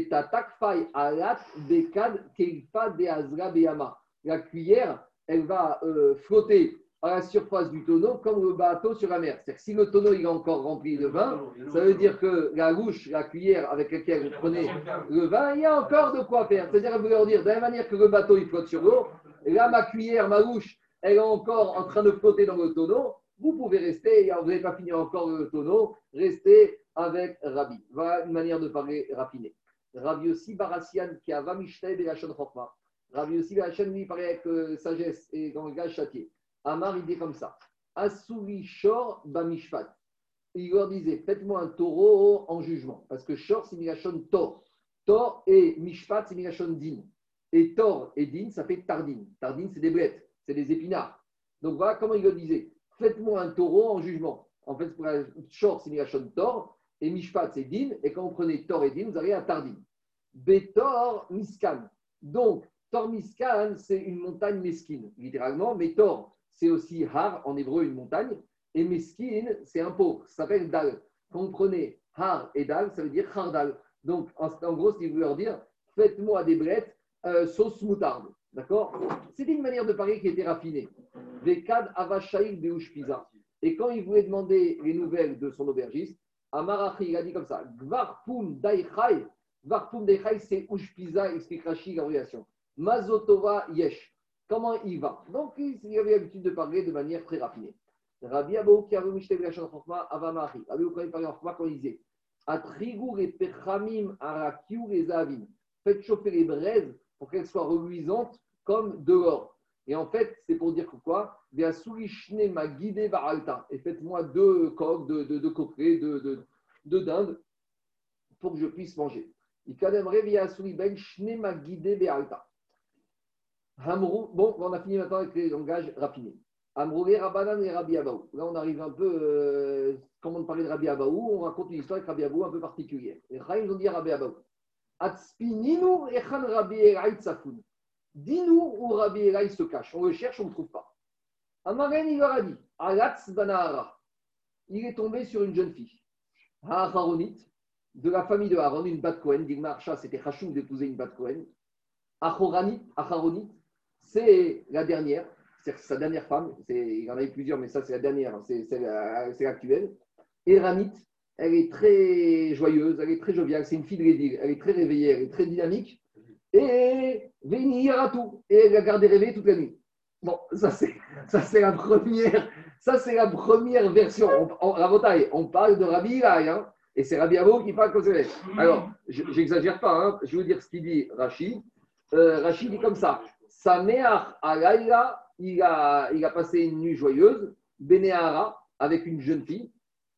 La cuillère, elle va flotter à la surface du tonneau comme le bateau sur la mer. C'est-à-dire que si le tonneau il est encore rempli de vin, ça veut dire que la louche, la cuillère avec laquelle vous prenez le vin, il y a encore de quoi faire. C'est-à-dire qu'elle veut leur dire, de la même manière que le bateau il flotte sur l'eau, là ma cuillère, ma louche, elle est encore en train de flotter dans le tonneau. Vous pouvez rester, vous n'avez pas fini encore le tonneau, restez avec Rabbi. Voilà une manière de parler raffinée. Rabbi aussi Barassian qui a Vamishtay de la Shon Chokma. Rabbi aussi Barassian lui parlait avec sagesse et dans le gage châtié. Amar il dit comme ça. Asuri Shor Bamishpat. Il leur disait faites-moi un taureau en jugement. Parce que Shor c'est Milachon Tor. Tor et Mishpat c'est Milachon Din. Et Tor et Din ça fait Tardine. Tardine c'est des blettes, c'est des épinards. Donc voilà comment il le disait. Faites-moi un taureau en jugement. En fait, pour la Shor, c'est Milachon Tor, et Mishpat, c'est Din, et quand vous prenez Tor et Din, vous arrivez à Tardin. Betor Miskan. Donc, Tor Miskan, c'est une montagne mesquine, littéralement, mais Tor, c'est aussi Har, en hébreu, une montagne, et Meskin, c'est un pauvre, ça s'appelle Dal. Quand vous prenez Har et Dal, ça veut dire Hardal. Donc, en gros, ce qu'il veut leur dire, faites-moi des blettes, sauce moutarde. D'accord? C'était une manière de parler qui était raffinée. Vekad avashaïl beushpiza. Et quand il voulait demander les nouvelles de son aubergiste, Amarachi, il a dit comme ça Gvarpum daichai. Gvarpum daichai, c'est ushpiza, explique Rashi la relation. Mazotova yesh. Comment il va? Donc, il avait l'habitude de parler de manière très raffinée. Rabbi Abou qui avait mishte b'lachon chokma avamari. Rabbi Abou quand il parlait en chokma, quand il disait Atrigour et pechamim arakiou les avim. Faites chauffer les braises pour qu'elles soient reluisantes comme de l'or. Et en fait, c'est pour dire que quoi? Et faites-moi 2 coques, de coquerets, de dinde pour que je puisse manger. Bon, on a fini maintenant avec les langages raffinés. Amroulé Rabbanan et Rabbi Abaou. Là, on arrive un peu, comment parler de Rabbi Abaou, on raconte une histoire avec Rabbi Abaou un peu particulière. Les Chaim ont dit à Rabbi Abaou Atspininu echan Rabbi Elai tsafun. Dis-nous où Rabbi Elai se cache. On le cherche, on ne le trouve pas. Amaren, il leur a dit Alatz Banahara. Il est tombé sur une jeune fille. Aharonite, de la famille de Aaron, une Bat Cohen. Digma Archa, c'était Hachou d'épouser une Bat Cohen. Aharonite, c'est la dernière. C'est sa dernière femme. Il y en avait plusieurs, mais ça, c'est la dernière. C'est l'actuelle. Eranite, elle est très joyeuse, elle est très joviale. C'est une fille de l'édile. Elle est très réveillée, elle est très dynamique. Et Véni Yaratou. Et elle a gardé réveillée toute la nuit. Bon, ça c'est la première. Ça, c'est la première version. On parle de Rabbi Ilai, hein, et c'est Rabbi Abo qui parle comme ça. Alors, j'exagère pas, hein, je vais vous dire ce qu'il dit Rashi. Rashi dit comme ça Sameach Alayla, il a passé une nuit joyeuse, Benéara, avec une jeune fille,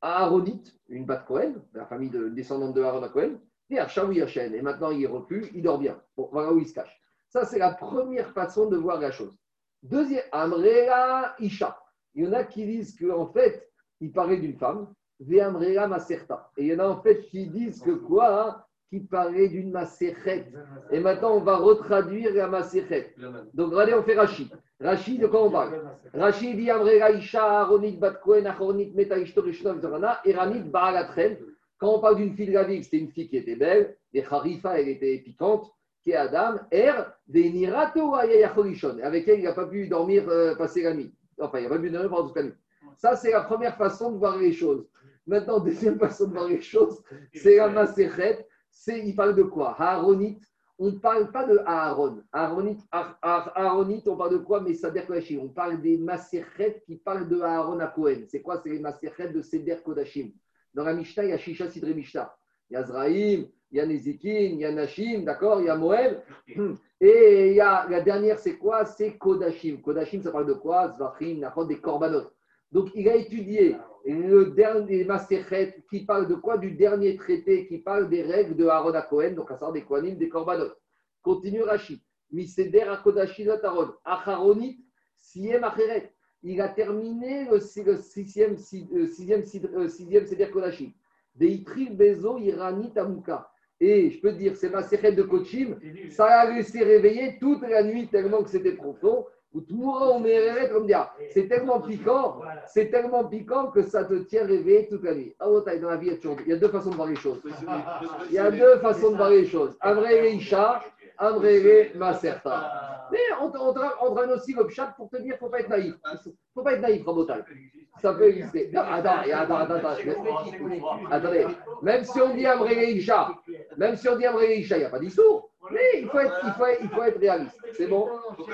Aaronite, une bat Cohen, la famille descendante de Aaron à Cohen, et Archaoui Hachem. Et maintenant, il est repu, il dort bien. Bon, voilà où il se cache. Ça, c'est la première façon de voir la chose. Deuxième, Amrela Isha. Il y en a qui disent qu'en fait, il parlait d'une femme, Ve Amrela Maserta. Et il y en a en fait qui disent que quoi hein, qui parlait d'une Maserhet. Et maintenant, on va retraduire la Maserhet. Donc, regardez, on fait Rashi. Rashi, de quoi on parle? Rashi dit Amrela Isha, Aronit Bat Kohen, Aronit Meta Ishto Rishonam Zorana, Eranit Ba'alatren. Quand on parle d'une fille de la vie, c'était une fille qui était belle, et Harifa, elle était piquante, qui est Adam, Venirato Ayayachorishon. Avec elle, il n'a pas pu dormir, passer la nuit. Enfin, il n'a pas pu dormir pendant toute la nuit. Ça, c'est la première façon de voir les choses. Maintenant, deuxième façon de voir les choses, c'est la Maserhet. Il parle de quoi? Aaronite. On ne parle pas de Aaron. Aaronite, on parle de quoi? Mais Seder Kodashim. On parle des Maserhet qui parlent de Aaron à Cohen. C'est quoi? C'est les Maserhet de Seder Kodashim. Dans la Mishnah, il y a Shisha Sidre Mishnah. Il y a Zraïm, il y a Nezikin, il y a Nashim, d'accord? Il y a Moël. Et il y a, la dernière, c'est quoi? C'est Kodashim. Kodashim, ça parle de quoi? Zvachim, Nachod, des Korbanot. Donc, il a étudié le dernier Maserhet qui parle de quoi? Du dernier traité qui parle des règles de Aaron à Cohen, donc à savoir des Kohanim, des Korbanot. Continue Rashi. Miseder à Kodashim Ataron. Acharonit, Siem Acheret. Il a terminé le sixième Seder Kodashim. Deitril Bezo Irani Tamuka. Et je peux te dire, c'est ma séchette de Kochim, ça a laissé réveiller toute la nuit tellement que c'était profond. Ou tout le monde, on est réveillé comme dire, c'est tellement piquant que ça te tient réveillé toute la nuit. Ah, dans la vie, il y a deux façons de voir les choses. Il y a deux façons de voir les choses. Amrele Isha, Amrele Maserta. Mais on traîne aussi le chat pour te dire qu'il ne faut pas être naïf. Il ne faut pas être naïf, Rabotai. Ça peut exister. Non, attends. Attendez. Même si on dit Amrele Isha, il n'y a pas d'issour. Mais il faut être réaliste. C'est bon?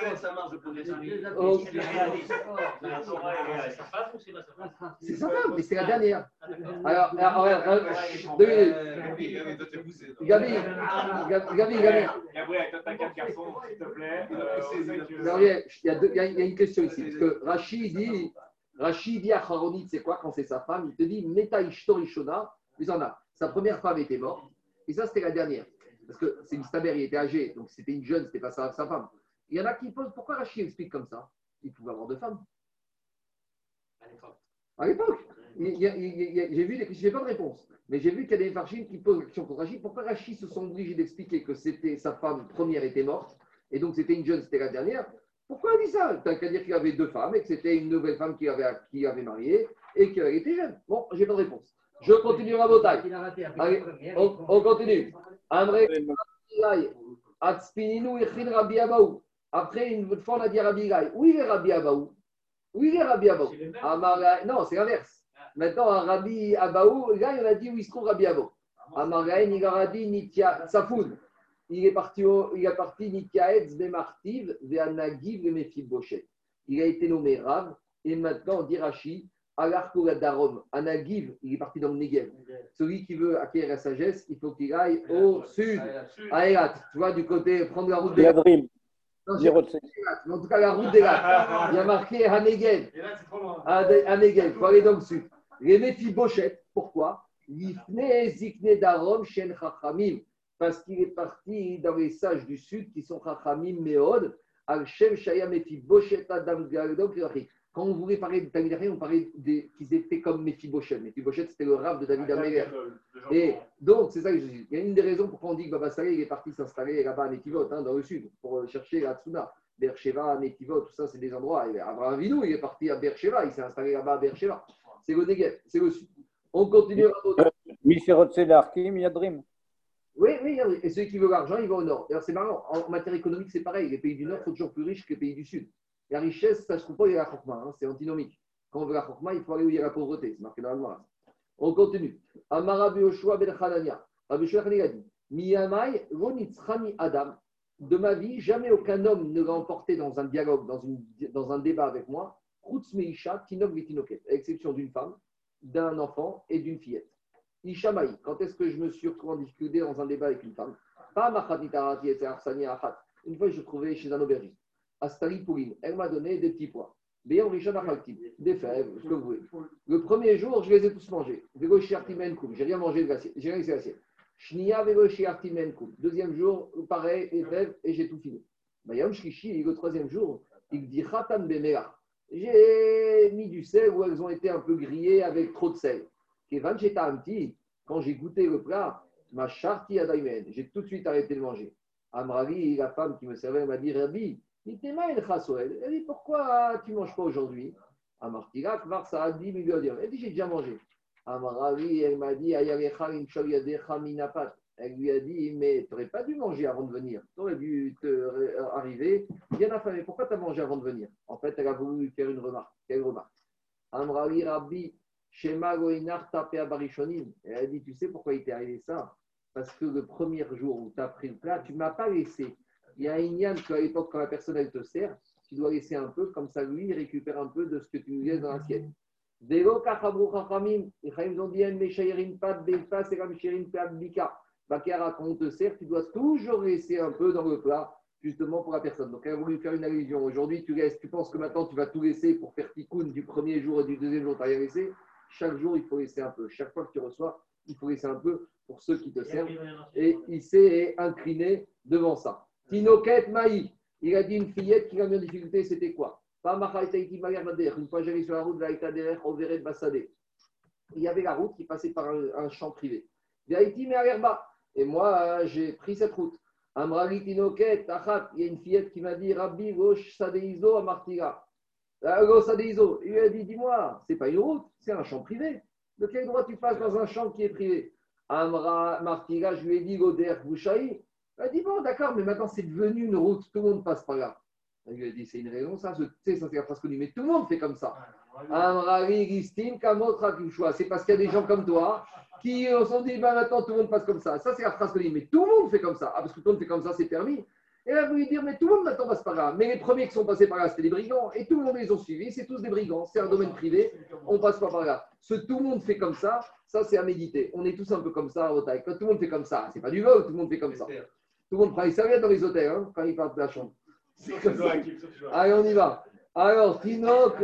C'est sa femme, mais c'est la dernière. Alors 2 minutes. Gabi. Gabriel, toi, t'as 4 garçons, s'il te plaît. Gabriel, il y a une question ici. Parce que Rachid dit à Haronit, c'est quoi quand c'est sa femme? Il te dit Meta Ishtorishona. Sa première femme était morte. Et ça, c'était la dernière. Parce que c'est une staber, il était âgé, donc c'était une jeune, c'était pas sa femme. Il y en a qui posent, pourquoi Rachid explique comme ça? Il pouvait avoir deux femmes. À l'époque. J'ai vu, je n'ai pas de réponse, mais j'ai vu qu'il y a des Farchim qui posent la question pour Rachid. Pourquoi Rachid se sont obligés d'expliquer que c'était sa femme première était morte, et donc c'était une jeune, c'était la dernière? Pourquoi il dit ça? T'as qu'à dire qu'il avait deux femmes, et que c'était une nouvelle femme qui avait marié, et qu'elle était jeune. Bon, j'ai pas de réponse. Je continue à Botaï. Allez, on continue. Après, une fois, on a dit à Rabbi Gaï, où il est Rabbi Abaou? Non, c'est l'inverse. Maintenant, à Rabbi Abaou, là, on a dit où il se trouve Rabbi Abaou. Amaraïn, il a dit Nitya Safoun. Il est parti Nityaetz Bemartiv, Veanagiv, Mefiboshet. Il a été nommé Rav, et maintenant, on dit Rashi. Alarko Darom, Anagiv, il est parti dans le Negev. Celui qui veut acquérir la sagesse, il faut qu'il aille au sud, à Elat. Tu vois, du côté, prendre la route d'Elat. En tout cas, la route d'Elat. Il y a marqué Hanegev. Hanegev, il faut aller dans le sud. Les Mephibosheth, pourquoi? Lifne Zikne Darom, Shen Chachamim. Parce qu'il est parti dans les sages du sud qui sont Chachamim Meod, Al-Shem Shaya Mephibosheth Adam Galdok Yachik. Quand on voulait parler de David Améler, on parlait qu'ils étaient comme Mephibosheth. Mephibosheth, c'était le rave de David Améler. Et donc, c'est ça que je dis. Il y a une des raisons pourquoi on dit que Baba Saleh il est parti s'installer là-bas à Netivot, dans le sud, pour chercher la Tsuna. Beersheba, Netivot, tout ça, c'est des endroits. Abraham Avinu, il est parti à Beersheba, il s'est installé là-bas à Beersheba. C'est le Negev, c'est le sud. On continue à Misérotse d'Arkim, Yadrim. Oui, et celui qui veut l'argent, il va au nord. D'ailleurs, c'est marrant. En matière économique, c'est pareil. Les pays du nord sont toujours plus riches que les pays du sud. La richesse, ça ne se trouve pas, il y a la chokma, c'est antinomique. Quand on veut la chokma, il faut aller où il y a la pauvreté, c'est marqué dans le Gemara. On continue. Amara Yoshua ben Hanania. Rabbi Yoshua a dit Miyamai Ronitzchani Adam. De ma vie, jamais aucun homme ne l'a emporté dans un dialogue, dans un débat avec moi. Chutz Meisha, Tinok Vitinoket, à l'exception d'une femme, d'un enfant et d'une fillette. Ishamaï, quand est-ce que je me suis retrouvé en difficulté dans un débat avec une femme? Pas Machatnitarati et Arsani Achat. Une fois, je me trouvais chez un aubergiste. Astari Pouline, elle m'a donné des petits pois. Béon Rishon Achalti, des fèves, ce que vous voulez. Le premier jour, je les ai tous mangés. Vélo Shiartimen Koum, j'ai rien mangé de l'assiette, j'ai rien laissé l'assiette. Shnia Vélo Shiartimen Koum. Deuxième jour, pareil, les fèves, et j'ai tout fini. Bayam Shlishi, le troisième jour, il dit Khatan Bemela. J'ai mis du sel où elles ont été un peu grillées avec trop de sel. Kevan Shetamti, quand j'ai goûté le plat, ma charti adaimen, j'ai tout de suite arrêté de manger. Amravi, la femme qui me servait, m'a dit Rabbi, elle dit pourquoi tu ne manges pas aujourd'hui? Amartira, Kvarsa a dit, elle dit j'ai déjà mangé. Amravi, elle m'a dit elle lui a dit mais tu n'aurais pas dû manger avant de venir. Tu aurais dû arriver bien affamé. Pourquoi tu as mangé avant de venir? En fait, elle a voulu lui faire une remarque. Quelle remarque? Amravi, Rabbi, Shema Goinar tapé à Barishonim. Elle a dit tu sais pourquoi il t'est arrivé ça? Parce que le premier jour où tu as pris le plat, tu ne m'as pas laissé. Il y a un yann qu'à l'époque, quand la personne elle te sert, tu dois laisser un peu, comme ça lui, il récupère un peu de ce que tu lui laisses dans l'assiette. Vélo kachabro chachamim, les chachamim ont dit meshayerim pat belfa seram shirin pat bika. Bakara, quand on te sert, tu dois toujours laisser un peu dans le plat, justement pour la personne. Donc elle a voulu faire une allusion. Aujourd'hui, tu penses que maintenant tu vas tout laisser pour faire tikkun du premier jour et du deuxième jour, tu n'as rien laissé. Chaque jour, il faut laisser un peu. Chaque fois que tu reçois, il faut laisser un peu pour ceux qui te servent. Et il s'est incliné devant ça. Tinoket Maï, il a dit une fillette qui l'a mis en difficulté, c'était quoi? Une fois j'allais sur la route, il y avait la route qui passait par un champ privé. Et moi, j'ai pris cette route. Amrali Tinoket, Achat, il y a une fillette qui m'a dit Rabbi, Rosh Sadeizo à Martira. Sadeizo, il lui a dit dis-moi, c'est pas une route, c'est un champ privé. De quel droit tu passes dans un champ qui est privé? Amra Martira, je lui ai dit Goder Bouchaï. Elle a dit bon, d'accord, mais maintenant c'est devenu une route, tout le monde passe par là. Elle lui a dit c'est une raison, ça, c'est la phrase connue, mais tout le monde fait comme ça. C'est parce qu'il y a des gens comme toi qui se sont dit maintenant tout le monde passe comme ça. Ça, c'est la phrase connue, mais tout le monde fait comme ça. Ah, parce que tout le monde fait comme ça, c'est permis. Et elle a voulu dire mais tout le monde maintenant passe par là. Mais les premiers qui sont passés par là, c'était des brigands, et tout le monde les ont suivis, c'est tous des brigands, c'est un domaine privé, on passe pas par là. Ce tout le monde fait comme ça, c'est à méditer. On est tous un peu comme ça à Rotaï. Quand tout le monde fait comme ça, c'est pas du vol, tout le monde fait comme ça. Tout le monde prend les serviettes dans les hôtels quand ils partent de la chambre. Allez, on y va. Alors, Tinok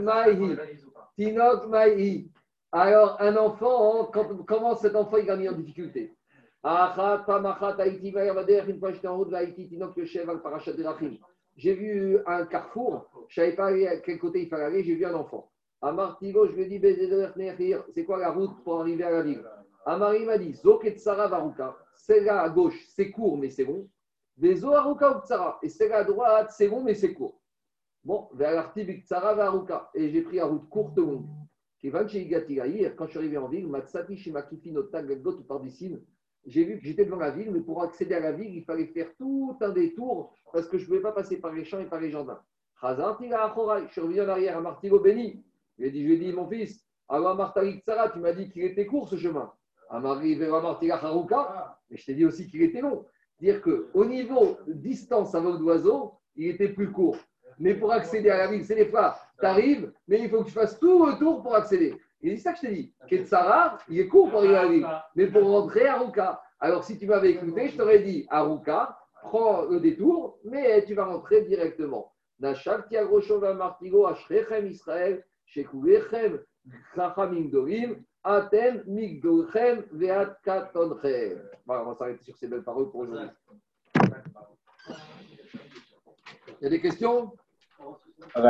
Maïhi. Alors, un enfant, comment cet enfant il a mis en difficulté? Une fois j'étais en haut de l'Haïti, Tinok Yoshev al Parashat Derachim. J'ai vu un carrefour, je ne savais pas à quel côté il fallait aller, j'ai vu un enfant. À Martigo, je lui ai dit, c'est quoi la route pour arriver à la ville? Amari m'a dit, Zoketsara Varuka, celle-là à gauche, c'est court, mais c'est bon. Vezo Aruka Utsara, et celle-là à droite, c'est bon, mais c'est court. Bon, vers l'article Tsara Varuka, et j'ai pris la route courte longue. Quand je suis arrivé en ville, Matsati Shimakifi Notag Got Pardissine, j'ai vu que j'étais devant la ville, mais pour accéder à la ville, il fallait faire tout un détour parce que je ne pouvais pas passer par les champs et par les jardins. Je suis revenu en arrière à Martigo Béni. Je lui ai dit, mon fils, alors Martalik Tsara, tu m'as dit qu'il était court ce chemin. À Martiga Haruka, mais je t'ai dit aussi qu'il était long. Dire qu'au niveau distance à vol d'oiseau, il était plus court. Mais pour accéder à la ville, c'est des fois, tu arrives, mais il faut que tu fasses tout le tour pour accéder. Et c'est ça que je t'ai dit. Ketsara, il est court pour arriver à la ville. Mais pour rentrer à Haruka. Alors si tu m'avais écouté, je t'aurais dit Haruka, prends le détour, mais tu vas rentrer directement. Nashak Tiagroshova Martigo, Ashrechem Israël, Shekoulechem, Chachamim Dorim, Atem, Migdolchem, Veat Katonchem. Voilà, on va s'arrêter sur ces belles paroles pour aujourd'hui. Il y a des questions?